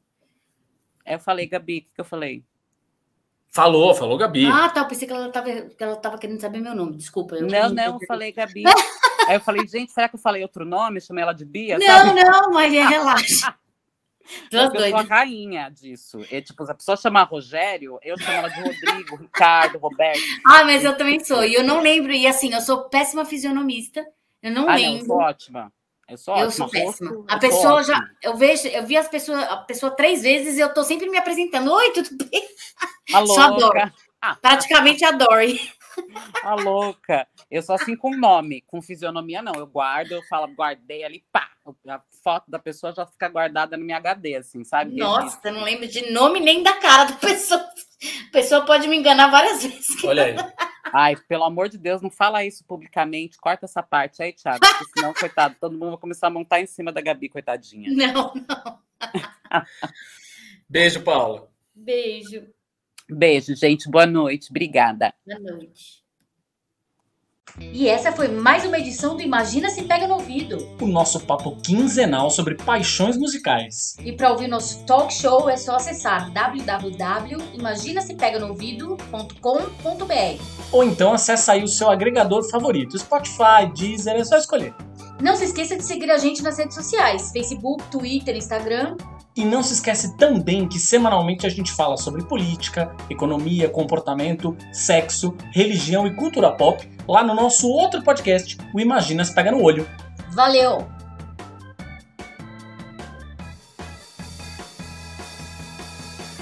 Eu falei, Gabi, o que, que eu falei? Falou, falou, Gabi. Ah, tá. Eu pensei que ela tava, que ela tava querendo saber meu nome. Desculpa. Eu não, não, eu falei, Gabi. Aí eu falei, gente, será que eu falei outro nome? Eu chamei ela de Bia? Não, sabe? não, mas relaxa. Eu sou a rainha disso. E, tipo, se a pessoa chamar Rogério, eu chamo ela de Rodrigo, Ricardo, Roberto. Ah, mas eu também sou. E eu não lembro. E assim, eu sou péssima fisionomista. Eu não ah, lembro. Não, eu sou ótima. Eu sou eu ótima. Sou péssima. Eu a pessoa já. Eu vejo, eu vi as pessoas, a pessoa três vezes e eu tô sempre me apresentando. Oi, tudo bem? A louca. Só adoro. Praticamente adoro. A louca. Eu sou assim com nome, com fisionomia não. Eu guardo, eu falo, guardei ali, pá. A foto da pessoa já fica guardada no meu H D, assim, sabe? Nossa, eu não lembro de nome nem da cara da pessoa. A pessoa pode me enganar várias vezes. Olha aí. Ai, pelo amor de Deus, não fala isso publicamente. Corta essa parte aí, Thiago. Porque senão, coitado, todo mundo vai começar a montar em cima da Gabi, coitadinha. Não, não. Beijo, Paula. Beijo. Beijo, gente. Boa noite. Obrigada. Boa noite. E essa foi mais uma edição do Imagina Se Pega no Ouvido. O nosso papo quinzenal sobre paixões musicais. E para ouvir nosso talk show é só acessar w w w ponto imagina se pega no ouvido ponto com ponto b r. Ou então acessa aí o seu agregador favorito, Spotify, Deezer, é só escolher. Não se esqueça de seguir a gente nas redes sociais, Facebook, Twitter, Instagram. E não se esquece também que semanalmente a gente fala sobre política, economia, comportamento, sexo, religião e cultura pop lá no nosso outro podcast, o Imagina Se Pega no Olho. Valeu!